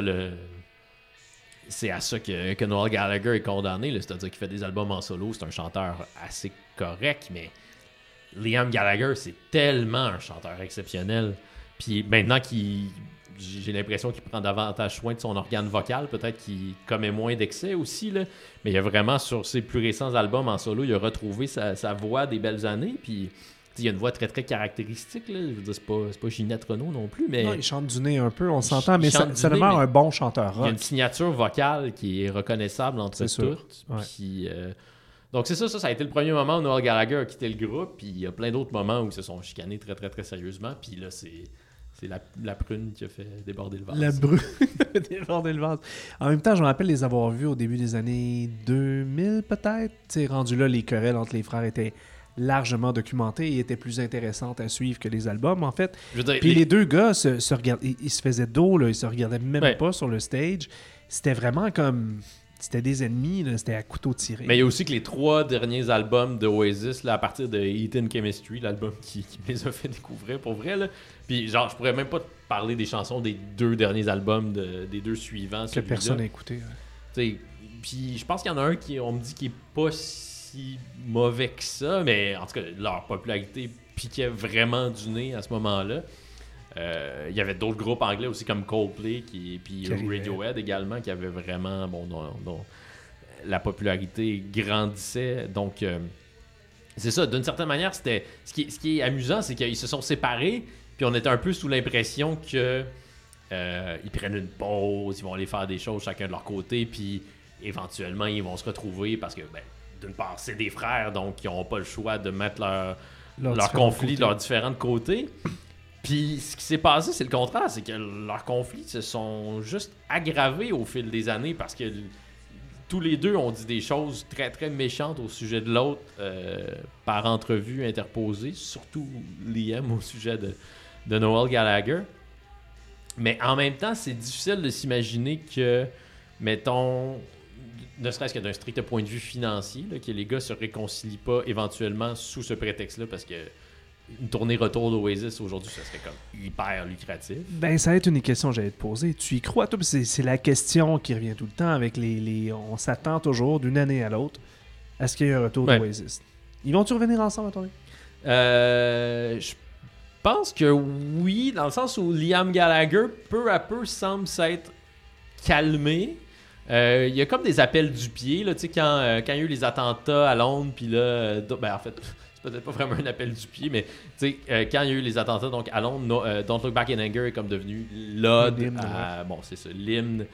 c'est à ça que Noel Gallagher est condamné. Là. C'est-à-dire qu'il fait des albums en solo. C'est un chanteur assez correct, mais Liam Gallagher, c'est tellement un chanteur exceptionnel. Puis maintenant j'ai l'impression qu'il prend davantage soin de son organe vocal. Peut-être qu'il commet moins d'excès aussi. Là. Mais il a vraiment, sur ses plus récents albums en solo, il a retrouvé sa voix des belles années. Puis il y a une voix très, très caractéristique. Là. Je veux dire, c'est pas Ginette Renault non plus. Mais Non, il chante du nez un peu, on s'entend, mais il chante ça du nez, demeure mais un bon chanteur il y a rock. une signature vocale qui est reconnaissable entre C'est sûr. toutes. Ouais. Puis, donc c'est ça a été le premier moment où Noel Gallagher a quitté le groupe. Puis il y a plein d'autres moments où ils se sont chicanés très, très, très sérieusement. Puis là, c'est la prune qui a fait déborder le vase. La brune a débordé le vase. En même temps, je me rappelle les avoir vus au début des années 2000, peut-être. Tu sais, rendu là, les querelles entre les frères étaient largement documentées et étaient plus intéressantes à suivre que les albums, en fait. Je veux dire, Puis les deux gars se regardaient, ils se faisaient dos, là, ils se regardaient même Ouais. pas sur le stage. C'était vraiment comme... C'était des ennemis, là, c'était à couteau tiré. Mais il y a aussi que les 3 derniers albums de Oasis, là, à partir de Eaton Chemistry, l'album qui me les a fait découvrir pour vrai, là. Puis genre, je pourrais même pas te parler des chansons des 2 derniers albums des 2 suivants. que celui-là. personne n'a écouté. Ouais. T'sais, puis je pense qu'il y en a un on me dit qui est pas si mauvais que ça, mais en tout cas, leur popularité piquait vraiment du nez à ce moment-là. Il y avait d'autres groupes anglais aussi comme Coldplay puis Qui arrivait. Radiohead également qui avaient vraiment dont la popularité grandissait. Donc c'est ça, d'une certaine manière, c'était ce qui est amusant, c'est qu'ils se sont séparés, puis on était un peu sous l'impression que ils prennent une pause, ils vont aller faire des choses chacun de leur côté, puis éventuellement ils vont se retrouver parce que d'une part c'est des frères, donc ils n'auront pas le choix de mettre leur Leurs conflit, côtés. leurs différents côtés. Puis ce qui s'est passé, c'est le contraire, c'est que leurs conflits se sont juste aggravés au fil des années parce que tous les deux ont dit des choses très très méchantes au sujet de l'autre par entrevue interposée, surtout Liam au sujet de Noel Gallagher. Mais en même temps, c'est difficile de s'imaginer que, mettons, ne serait-ce que d'un strict point de vue financier, là, que les gars se réconcilient pas éventuellement sous ce prétexte-là parce que une tournée retour d'Oasis aujourd'hui, ça serait comme hyper lucratif. Ben, ça va être une question que j'allais te poser. Tu y crois, toi? C'est la question qui revient tout le temps avec on s'attend toujours d'une année à l'autre à ce qu'il y ait un retour d'Oasis. Ils vont-tu revenir ensemble, à ton avis? Je pense que oui, dans le sens où Liam Gallagher, peu à peu, semble s'être calmé. Il y a comme des appels du pied, là, tu sais, quand il y a eu les attentats à Londres, puis là, en fait... peut-être pas vraiment un appel du pied, mais quand il y a eu les attentats donc à Londres, Don't Look Back in Anger est comme devenu l'ode c'est ça, l'hymne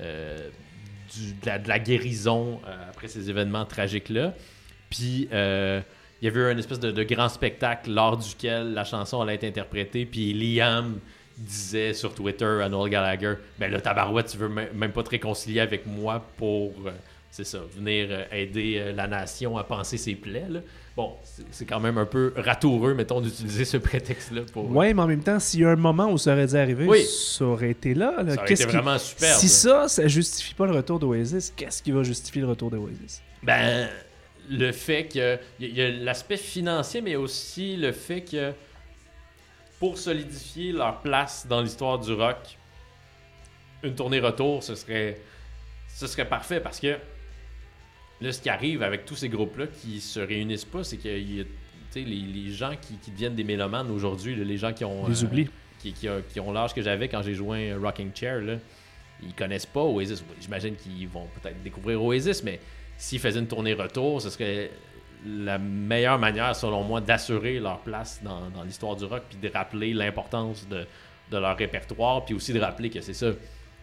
de la guérison après ces événements tragiques-là. Puis il y avait eu une espèce de grand spectacle lors duquel la chanson allait être interprétée, puis Liam disait sur Twitter à Noel Gallagher, ben là, tabarouette, tu veux même pas te réconcilier avec moi pour... c'est ça, venir aider la nation à panser ses plaies, là. Bon, c'est quand même un peu ratoureux, mettons, d'utiliser ce prétexte-là pour... Oui, mais en même temps, s'il y a un moment où ça aurait dû arriver, ça aurait été là. Ça aurait été vraiment super. Si ça justifie pas le retour d'Oasis, qu'est-ce qui va justifier le retour d'Oasis? Ben, le fait que... Il y a l'aspect financier, mais aussi le fait que pour solidifier leur place dans l'histoire du rock, une tournée retour, ce serait parfait parce que là, ce qui arrive avec tous ces groupes-là qui se réunissent pas, c'est que les gens qui deviennent des mélomanes aujourd'hui, là, les gens qui ont les oublie. Qui ont l'âge que j'avais quand j'ai joué Rocking Chair, là, ils connaissent pas Oasis. J'imagine qu'ils vont peut-être découvrir Oasis, mais s'ils faisaient une tournée retour, ce serait la meilleure manière, selon moi, d'assurer leur place dans l'histoire du rock, puis de rappeler l'importance de leur répertoire, puis aussi de rappeler que c'est ça...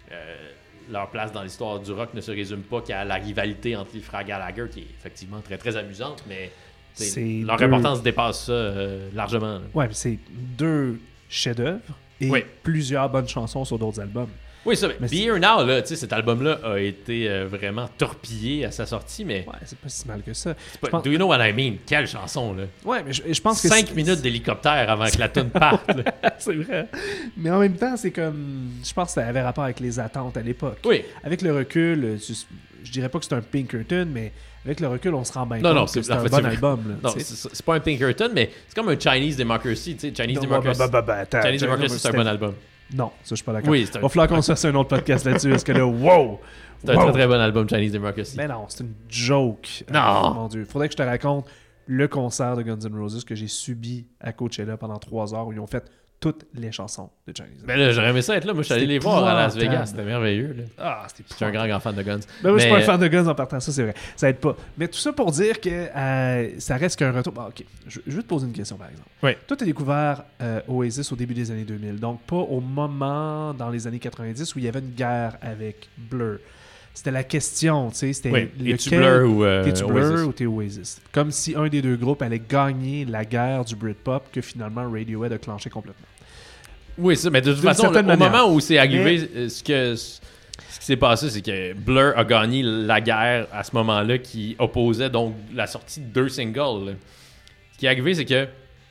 leur place dans l'histoire du rock ne se résume pas qu'à la rivalité entre les frères Gallagher, qui est effectivement très très amusante, mais leur importance dépasse ça largement. Ouais, mais c'est 2 chefs-d'œuvre et plusieurs bonnes chansons sur d'autres albums. Oui, ça. Be Here Now, là, cet album-là a été vraiment torpillé à sa sortie, mais... Ouais, c'est pas si mal que ça. Do you know what I mean? Quelle chanson, là? Ouais, mais je pense que... 5 minutes d'hélicoptère avant que la tune parte, là. C'est vrai. Mais en même temps, c'est comme... Je pense que ça avait rapport avec les attentes à l'époque. Oui. Avec le recul, je dirais pas que c'est un Pinkerton, mais avec le recul, on se rend bien compte que c'est un fait, bon album. Là, non, c'est pas un Pinkerton, mais c'est comme un Chinese Democracy. Tu sais, Chinese Democracy, c'est un bon album. Non, ça, je suis pas d'accord. Oui, va falloir qu'on se fasse un autre podcast là-dessus. Parce que là, wow! C'est un très très bon album, Chinese Democracy. Mais non, c'est une joke. Non! Mon Dieu. Faudrait que je te raconte le concert de Guns N' Roses que j'ai subi à Coachella pendant 3 heures où ils ont fait toutes les chansons de Chinese. Ben là, j'aurais aimé ça être là. Moi, je suis allé les voir à Las Vegas. C'était merveilleux. Là. Ah, c'était Je suis un grand fan de Guns. Ben moi, je suis pas un fan de Guns en partant. Ça, c'est vrai. Ça aide pas. Mais tout ça pour dire que ça reste qu'un retour. OK. Je veux te poser une question, par exemple. Oui. Toi, tu as découvert Oasis au début des années 2000. Donc, pas au moment dans les années 90 où il y avait une guerre avec Blur. C'était la question, tu sais, c'était es-tu Blur ou t'es-tu Blur Oasis? ou t'es Oasis? Comme si un des deux groupes allait gagner la guerre du Britpop que finalement Radiohead a clenché complètement. Oui, ça, mais de toute façon, au moment où c'est arrivé, ce qui s'est passé, c'est que Blur a gagné la guerre à ce moment-là qui opposait donc la sortie de 2 singles. Là. Ce qui est arrivé, c'est que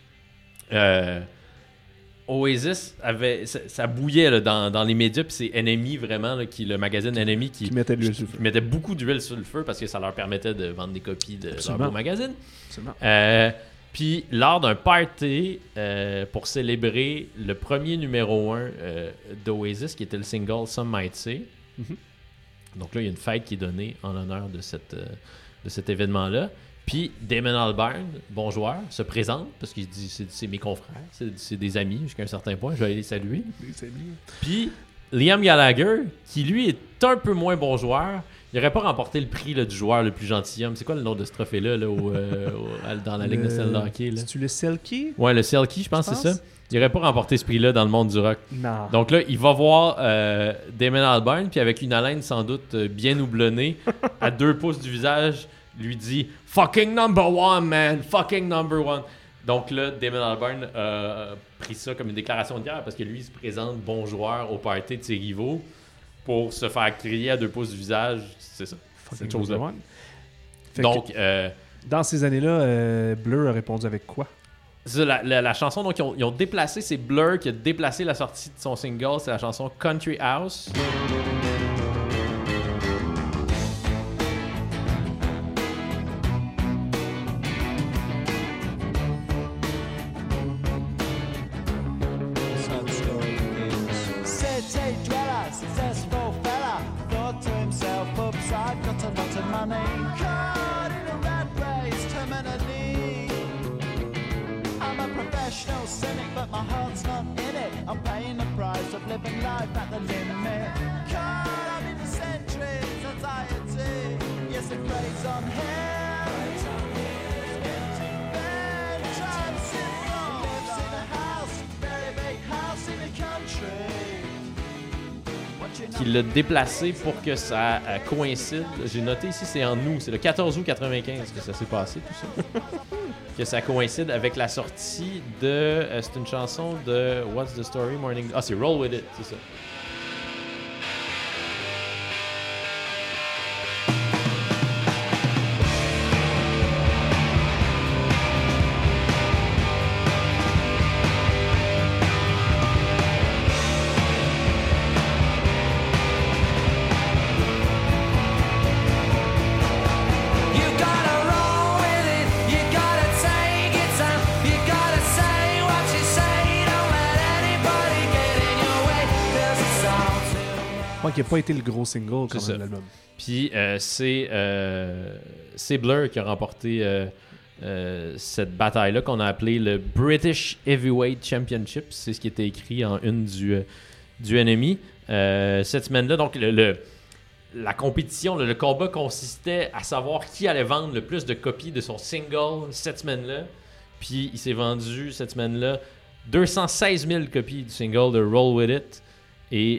Oasis ça bouillait là, dans les médias, puis c'est NME vraiment, là, le magazine NME qui mettait de l'huile sur le feu. Mettait beaucoup d'huile sur le feu parce que ça leur permettait de vendre des copies de leur beau magazine. Absolument. Puis lors d'un party pour célébrer le premier numéro 1 d'Oasis, qui était le single Some Might Say. Mm-hmm. Donc là, il y a une fête qui est donnée en l'honneur de cet événement-là. Puis Damon Albarn, bon joueur, se présente parce qu'il dit c'est mes confrères, c'est des amis jusqu'à un certain point, je vais aller les saluer. Puis Liam Gallagher, qui lui est un peu moins bon joueur, il n'aurait pas remporté le prix là, du joueur le plus gentilhomme. C'est quoi le nom de ce trophée-là là, dans la Ligue nationale de hockey? C'est-tu le Selkie? Ouais, le Selkie, je pense que c'est ça. Il n'aurait pas remporté ce prix-là dans le monde du rock. Non. Donc là, il va voir Damon Albarn, puis avec une haleine sans doute bien houblonnée, à 2 pouces du visage, lui dit « Fucking number one, man! Fucking number one! » Donc là, Damon Albarn a pris ça comme une déclaration de guerre parce que lui, il se présente bon joueur au party de ses rivaux pour se faire crier à 2 pouces du visage. C'est ça. Cette chose-là. Donc, dans ces années-là, Blur a répondu avec quoi? C'est la chanson, donc ils ont déplacé, c'est Blur qui a déplacé la sortie de son single, c'est la chanson Country House. Qu'il l'a déplacé pour que ça coïncide. J'ai noté ici, c'est en août. C'est le 14 août 95 que ça s'est passé, tout ça. Que ça coïncide avec la sortie de... c'est une chanson de What's the Story Morning... Ah, c'est Roll With It, c'est ça. Qui n'a pas été le gros single quand même de l'album. Puis c'est Blur qui a remporté cette bataille-là qu'on a appelée le British Heavyweight Championship. C'est ce qui était écrit en une du NME. Cette semaine-là, donc la compétition, le combat consistait à savoir qui allait vendre le plus de copies de son single cette semaine-là. Puis il s'est vendu cette semaine-là 216 000 copies du single de Roll With It et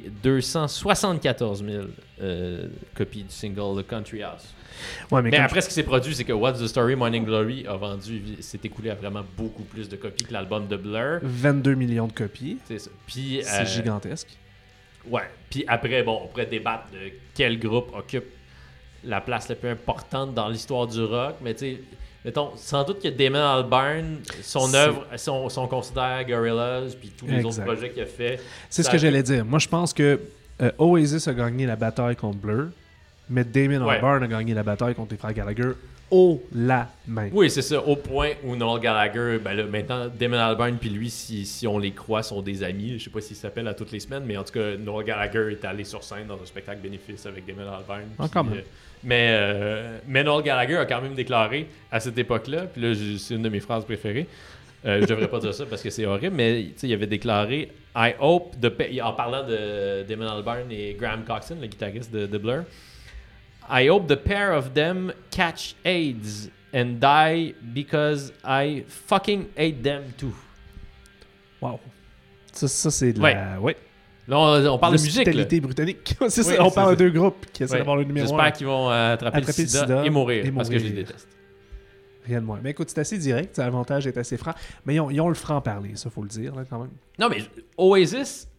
274 000 copies du single The Country House. Ouais, mais après, ce qui s'est produit, c'est que What's the Story Morning Glory s'est écoulé à vraiment beaucoup plus de copies que l'album de Blur. 22 millions de copies. C'est ça. Puis, c'est gigantesque. Ouais. Puis après, on pourrait débattre de quel groupe occupe la place la plus importante dans l'histoire du rock, mais tu sais, mettons, sans doute que Damon Albarn, son œuvre, son considère Gorillaz, puis tous les autres projets qu'il a fait. C'est ce que j'allais dire. Moi, je pense que Oasis a gagné la bataille contre Blur, mais Damon Albarn a gagné la bataille contre les frères Gallagher haut la main. Oui, c'est ça. Au point où Noel Gallagher, ben là, maintenant, Damon Albarn puis lui, si on les croit, sont des amis. Je sais pas s'ils s'appellent à toutes les semaines, mais en tout cas, Noel Gallagher est allé sur scène dans un spectacle bénéfice avec Damon Albarn. Quand même. Mais Noel Gallagher a quand même déclaré à cette époque-là, puis là, c'est une de mes phrases préférées. Je devrais pas dire ça parce que c'est horrible, mais il avait déclaré I hope en parlant de Damon Albarn et Graham Coxon, le guitariste de Blur. I hope the pair of them catch AIDS and die because I fucking hate them too. Wow. Ça c'est de la... Ouais. Là, on parle de musique. L'hospitalité britannique. C'est ça, on parle de deux groupes qui essaient d'avoir le numéro 1. J'espère qu'ils vont attraper le sida et mourir, parce que je les déteste. Rien de moins. Mais écoute, c'est assez direct. L'avantage est assez franc. Mais ils ont le franc-parler, ça, faut le dire, là, quand même. Non, mais Oasis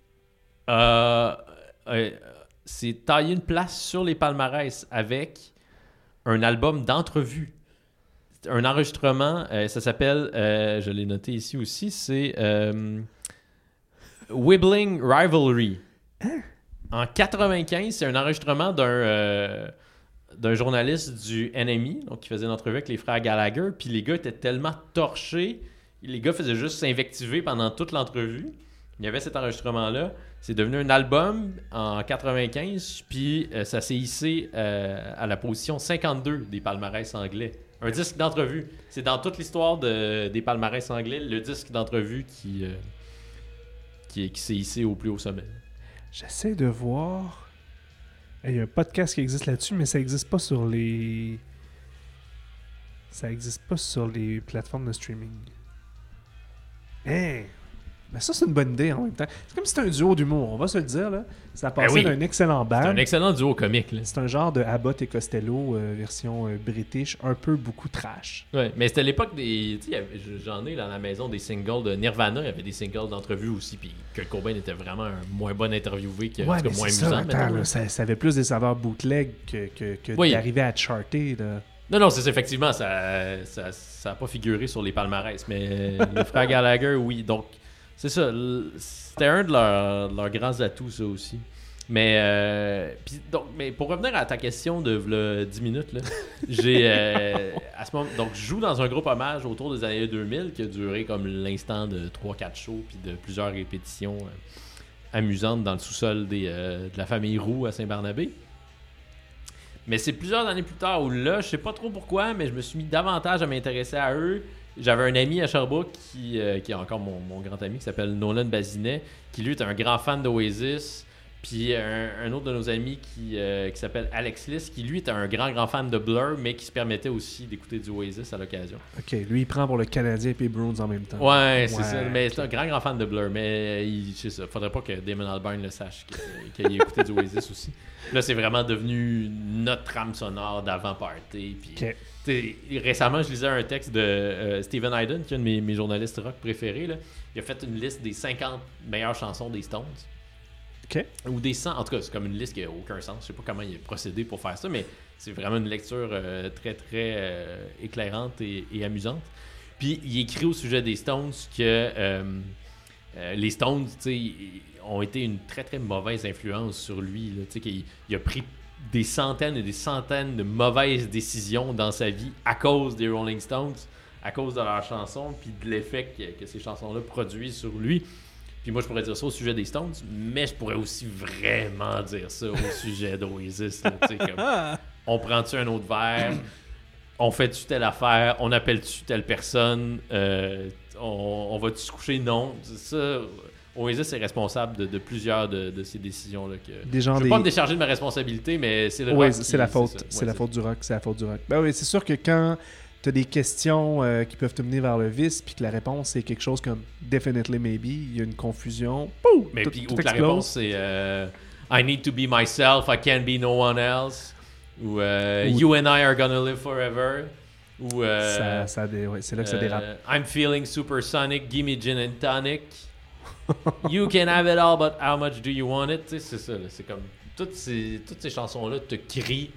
s'est taillé une place sur les palmarès avec un album d'entrevue. Un enregistrement, ça s'appelle, je l'ai noté ici aussi, c'est Wibbling Rivalry. Hein? En 95, c'est un enregistrement d'un journaliste du NME, donc qui faisait une entrevue avec les frères Gallagher, puis les gars étaient tellement torchés, les gars faisaient juste s'invectiver pendant toute l'entrevue. Il y avait cet enregistrement-là. C'est devenu un album en 95, puis ça s'est hissé à la position 52 des palmarès anglais. Un disque d'entrevue. C'est dans toute l'histoire des palmarès anglais, le disque d'entrevue qui s'est hissé au plus haut sommet. J'essaie de voir... Il y a un podcast qui existe là-dessus, mais ça n'existe pas sur les... Ça n'existe pas sur les plateformes de streaming. Hein? Ben ça, c'est une bonne idée en même temps. C'est comme si c'était un duo d'humour, on va se le dire. Là. Ça a passé d'un excellent band. C'est un excellent duo comique. Là. C'est un genre de Abbott et Costello version british, un peu beaucoup trash. Ouais, mais c'était l'époque des... Tu sais, j'en ai dans la maison des singles de Nirvana. Il y avait des singles d'entrevues aussi. Puis Kurt Cobain était vraiment un moins bon interviewé, que, en tout cas, moins amusant. Attends, ça avait plus des saveurs bootleg que d'arriver à charter. Là. Non, c'est ça, effectivement, ça a pas figuré sur les palmarès. Mais les frères Gallagher, oui. Donc, c'est ça. C'était un de leurs grands atouts, ça aussi. Mais pour revenir à ta question de 10 minutes, là, j'ai à ce moment, donc je joue dans un groupe hommage autour des années 2000 qui a duré comme l'instant de 3-4 shows puis de plusieurs répétitions amusantes dans le sous-sol de la famille Roux à Saint-Barnabé. Mais c'est plusieurs années plus tard où là, je sais pas trop pourquoi, mais je me suis mis davantage à m'intéresser à eux. J'avais un ami à Sherbrooke qui est encore mon grand ami, qui s'appelle Nolan Bazinet, qui lui est un grand fan d'Oasis. Puis un autre de nos amis qui s'appelle Alex Liss, qui lui est un grand fan de Blur, mais qui se permettait aussi d'écouter du Oasis à l'occasion. Ok, lui il prend pour le Canadien et les Bruins en même temps. Ouais, c'est ça. Mais c'est un grand fan de Blur, mais c'est ça. Faudrait pas que Damon Albarn le sache qu'il écoutait du Oasis aussi. Là, c'est vraiment devenu notre trame sonore d'avant-party. Puis récemment, je lisais un texte de Steven Hyden, qui est un de mes journalistes rock préférés. Là. Il a fait une liste des 50 meilleures chansons des Stones. Okay. Ou des 100, en tout cas, c'est comme une liste qui n'a aucun sens. Je sais pas comment il a procédé pour faire ça, mais c'est vraiment une lecture très, très éclairante et amusante. Puis, il écrit au sujet des Stones que les Stones, ont été une très, très mauvaise influence sur lui. Là, qu'il a pris des centaines et des centaines de mauvaises décisions dans sa vie à cause des Rolling Stones, à cause de leurs chansons, puis de l'effet que ces chansons-là produisent sur lui. Puis moi, je pourrais dire ça au sujet des Stones, mais je pourrais aussi vraiment dire ça au sujet d'Oasis. On prend-tu un autre verre? On fait-tu telle affaire? On appelle-tu telle personne? On va-tu se coucher? Non. Ça, Oasis est responsable de plusieurs de ces décisions-là. Je ne veux pas me décharger de ma responsabilité, mais c'est le rock. C'est la faute. C'est la faute du rock. C'est la faute du rock. Ben oui, c'est sûr que quand tu as des questions qui peuvent te mener vers le vice, puis que la réponse c'est quelque chose comme definitely maybe, il y a une confusion. Pouf, mais puis ou que la réponse c'est I need to be myself, I can't be no one else, ou you and I are gonna live forever, ou c'est là que ça dérape. I'm feeling supersonic, give me gin and tonic. You can have it all, but how much do you want it? C'est ça, là, c'est comme toutes ces chansons-là te crient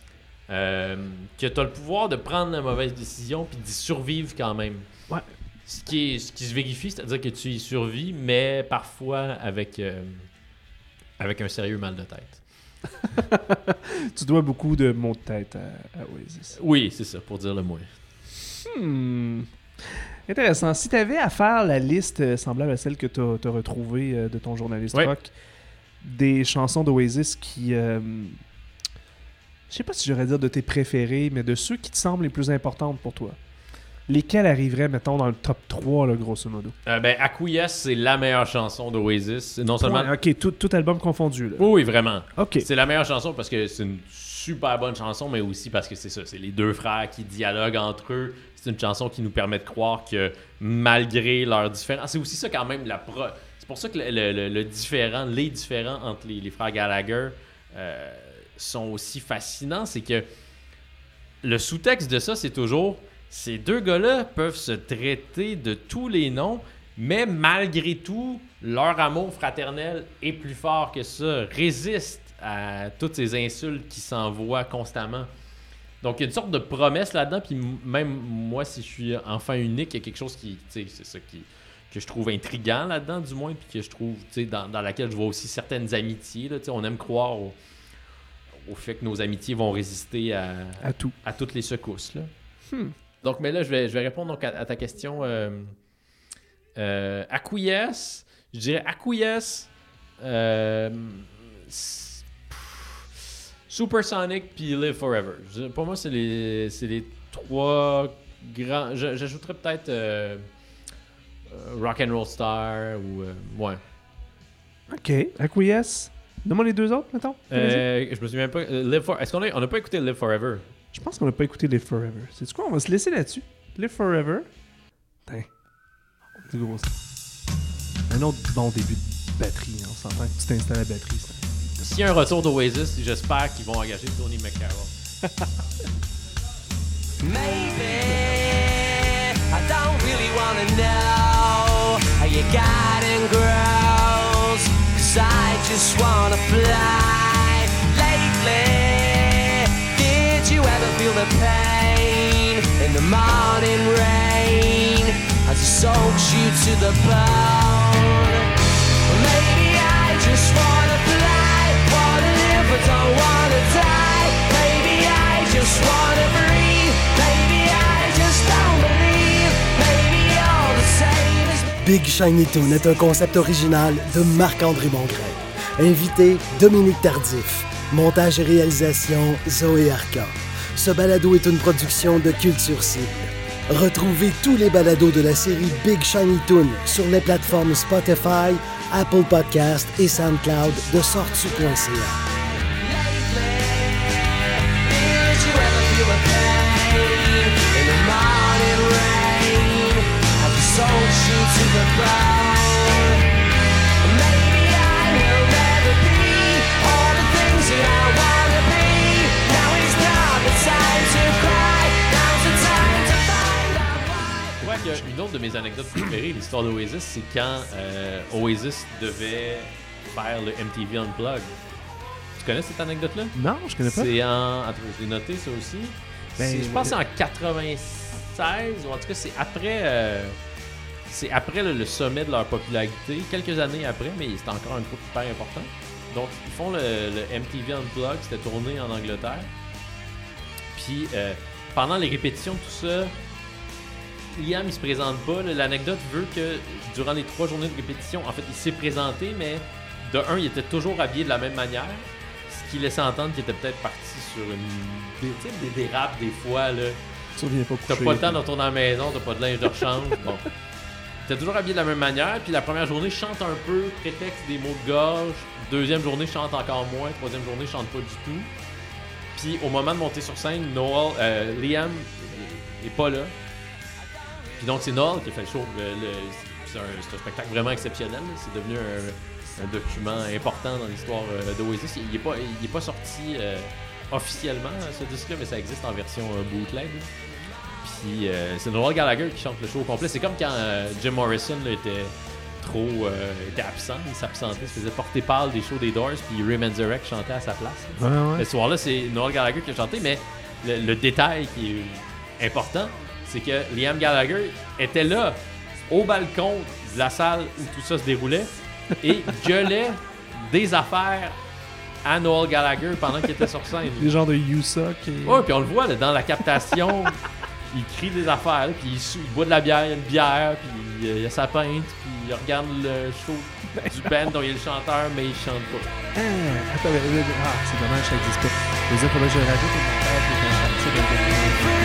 que tu as le pouvoir de prendre la mauvaise décision puis d'y survivre quand même. Ouais. Ce qui se vérifie, c'est-à-dire que tu y survis, mais parfois avec un sérieux mal de tête. Tu dois beaucoup de maux de tête à Oasis. Oui, c'est ça, pour dire le moins. Intéressant. Si tu avais à faire la liste semblable à celle que tu as retrouvée de ton journaliste rock, des chansons d'Oasis qui... je sais pas si j'aurais dire de tes préférés, mais de ceux qui te semblent les plus importantes pour toi. Lesquelles arriveraient, mettons, dans le top 3, là, grosso modo? Acquiesce, c'est la meilleure chanson d'Oasis. Non seulement... Ok, tout album confondu. Là. Oui, vraiment. Okay. C'est la meilleure chanson parce que c'est une super bonne chanson, mais aussi parce que c'est ça. C'est les deux frères qui dialoguent entre eux. C'est une chanson qui nous permet de croire que malgré leurs différences... C'est aussi ça quand même, c'est pour ça que les différents entre les frères Gallagher... sont aussi fascinants, c'est que le sous-texte de ça, c'est toujours ces deux gars-là peuvent se traiter de tous les noms, mais malgré tout, leur amour fraternel est plus fort que ça, résiste à toutes ces insultes qui s'envoient constamment. Donc, il y a une sorte de promesse là-dedans, puis même moi, si je suis enfant unique, il y a quelque chose qui, c'est ça que je trouve intriguant là-dedans, du moins, puis que je trouve, dans laquelle je vois aussi certaines amitiés, là, on aime croire au fait que nos amitiés vont résister à toutes les secousses. Là. Donc, mais là, je vais répondre donc à ta question. Acquiesce, je dirais acquiesce, Supersonic puis Live Forever. Pour moi, c'est les trois grands... J'ajouterais peut-être Rock and Roll Star ou... ouais. OK. Acquiesce. Donne-moi les deux autres, mettons. Je me souviens pas. Est-ce qu'on n'a pas écouté Live Forever? Je pense qu'on n'a pas écouté Live Forever. C'est quoi? On va se laisser là-dessus. Live Forever. Putain. C'est gros ça. Un autre bon début de batterie. On s'entend que tu t'installes la batterie. S'il y a un retour d'Oasis, j'espère qu'ils vont engager Tony McCarroll. Maybe I don't really wanna know how you got in girls, 'cause I just wanna fly. Lately, did you ever feel the pain in the morning rain as it soaks you to the bone? Well, maybe I just wanna fly, wanna live but don't wanna die. Maybe I just wanna breathe, maybe I just don't believe, maybe all the same as me. Big Shiny Toon est un concept original de Marc-André Mongrain. Invité, Dominique Tardif. Montage et réalisation, Zoé Arcan. Ce balado est une production de Culture Cible. Retrouvez tous les balados de la série Big Shiny Toon sur les plateformes Spotify, Apple Podcast et SoundCloud de sortu.ca. Did you ever feel the pain in the morning rain as it soaks you to the bone? Maybe I will never be all the things that I wanna be. Now is not the time to cry, now's the time to find out why. Je crois qu'il y a une autre de mes anecdotes préférées, l'histoire d'Oasis, c'est quand Oasis devait faire le MTV Unplugged. Tu connais cette anecdote-là? Non, je connais pas. C'est en... Attends, je l'ai noté ça aussi. Ben, Je pense que c'est en 96, ou en tout cas c'est après le sommet de leur popularité, quelques années après, mais c'est encore un groupe hyper important. Donc ils font le MTV Unplugged, c'était tourné en Angleterre. Puis pendant les répétitions, tout ça, Liam il se présente pas. L'anecdote veut que durant les 3 journées de répétition, en fait il s'est présenté, mais de un, il était toujours habillé de la même manière. Qui laissait entendre qu'il était peut-être parti sur des dérapes des fois là. Tu reviens pas T'as coucher. pas le temps de retourner à la maison, t'as pas de linge de rechange. Bon. T'es toujours habillé de la même manière, puis la première journée, je chante un peu, prétexte des mots de gorge. Deuxième journée, je chante encore moins. Troisième journée, je chante pas du tout. Puis au moment de monter sur scène, Liam est pas là. Puis donc c'est Noel qui a fait le show. C'est un spectacle vraiment exceptionnel. Là. C'est devenu un document important dans l'histoire d'Oasis. Il est pas sorti officiellement ce disque-là, mais ça existe en version bootleg. Puis c'est Noel Gallagher qui chante le show au complet. C'est comme quand Jim Morrison là, était absent, il s'absentait, il se faisait porter pâle des shows des Doors, puis Ray Manzarek chantait à sa place. Ouais. Ce soir-là, c'est Noel Gallagher qui a chanté, mais le détail qui est important, c'est que Liam Gallagher était là, au balcon de la salle où tout ça se déroulait, et gueulait des affaires à Noel Gallagher pendant qu'il était sur scène. Des genres de Yusa qui... Ouais, puis on le voit là, dans la captation, il crie des affaires, là, puis il boit de la bière, il y a une bière, puis il y a sa pinte, puis il regarde le show du band dont il est le chanteur, mais il chante pas. Attends, c'est dommage, ça existe pas. Je veux dire, faudrait que je rajoute une affaire qui est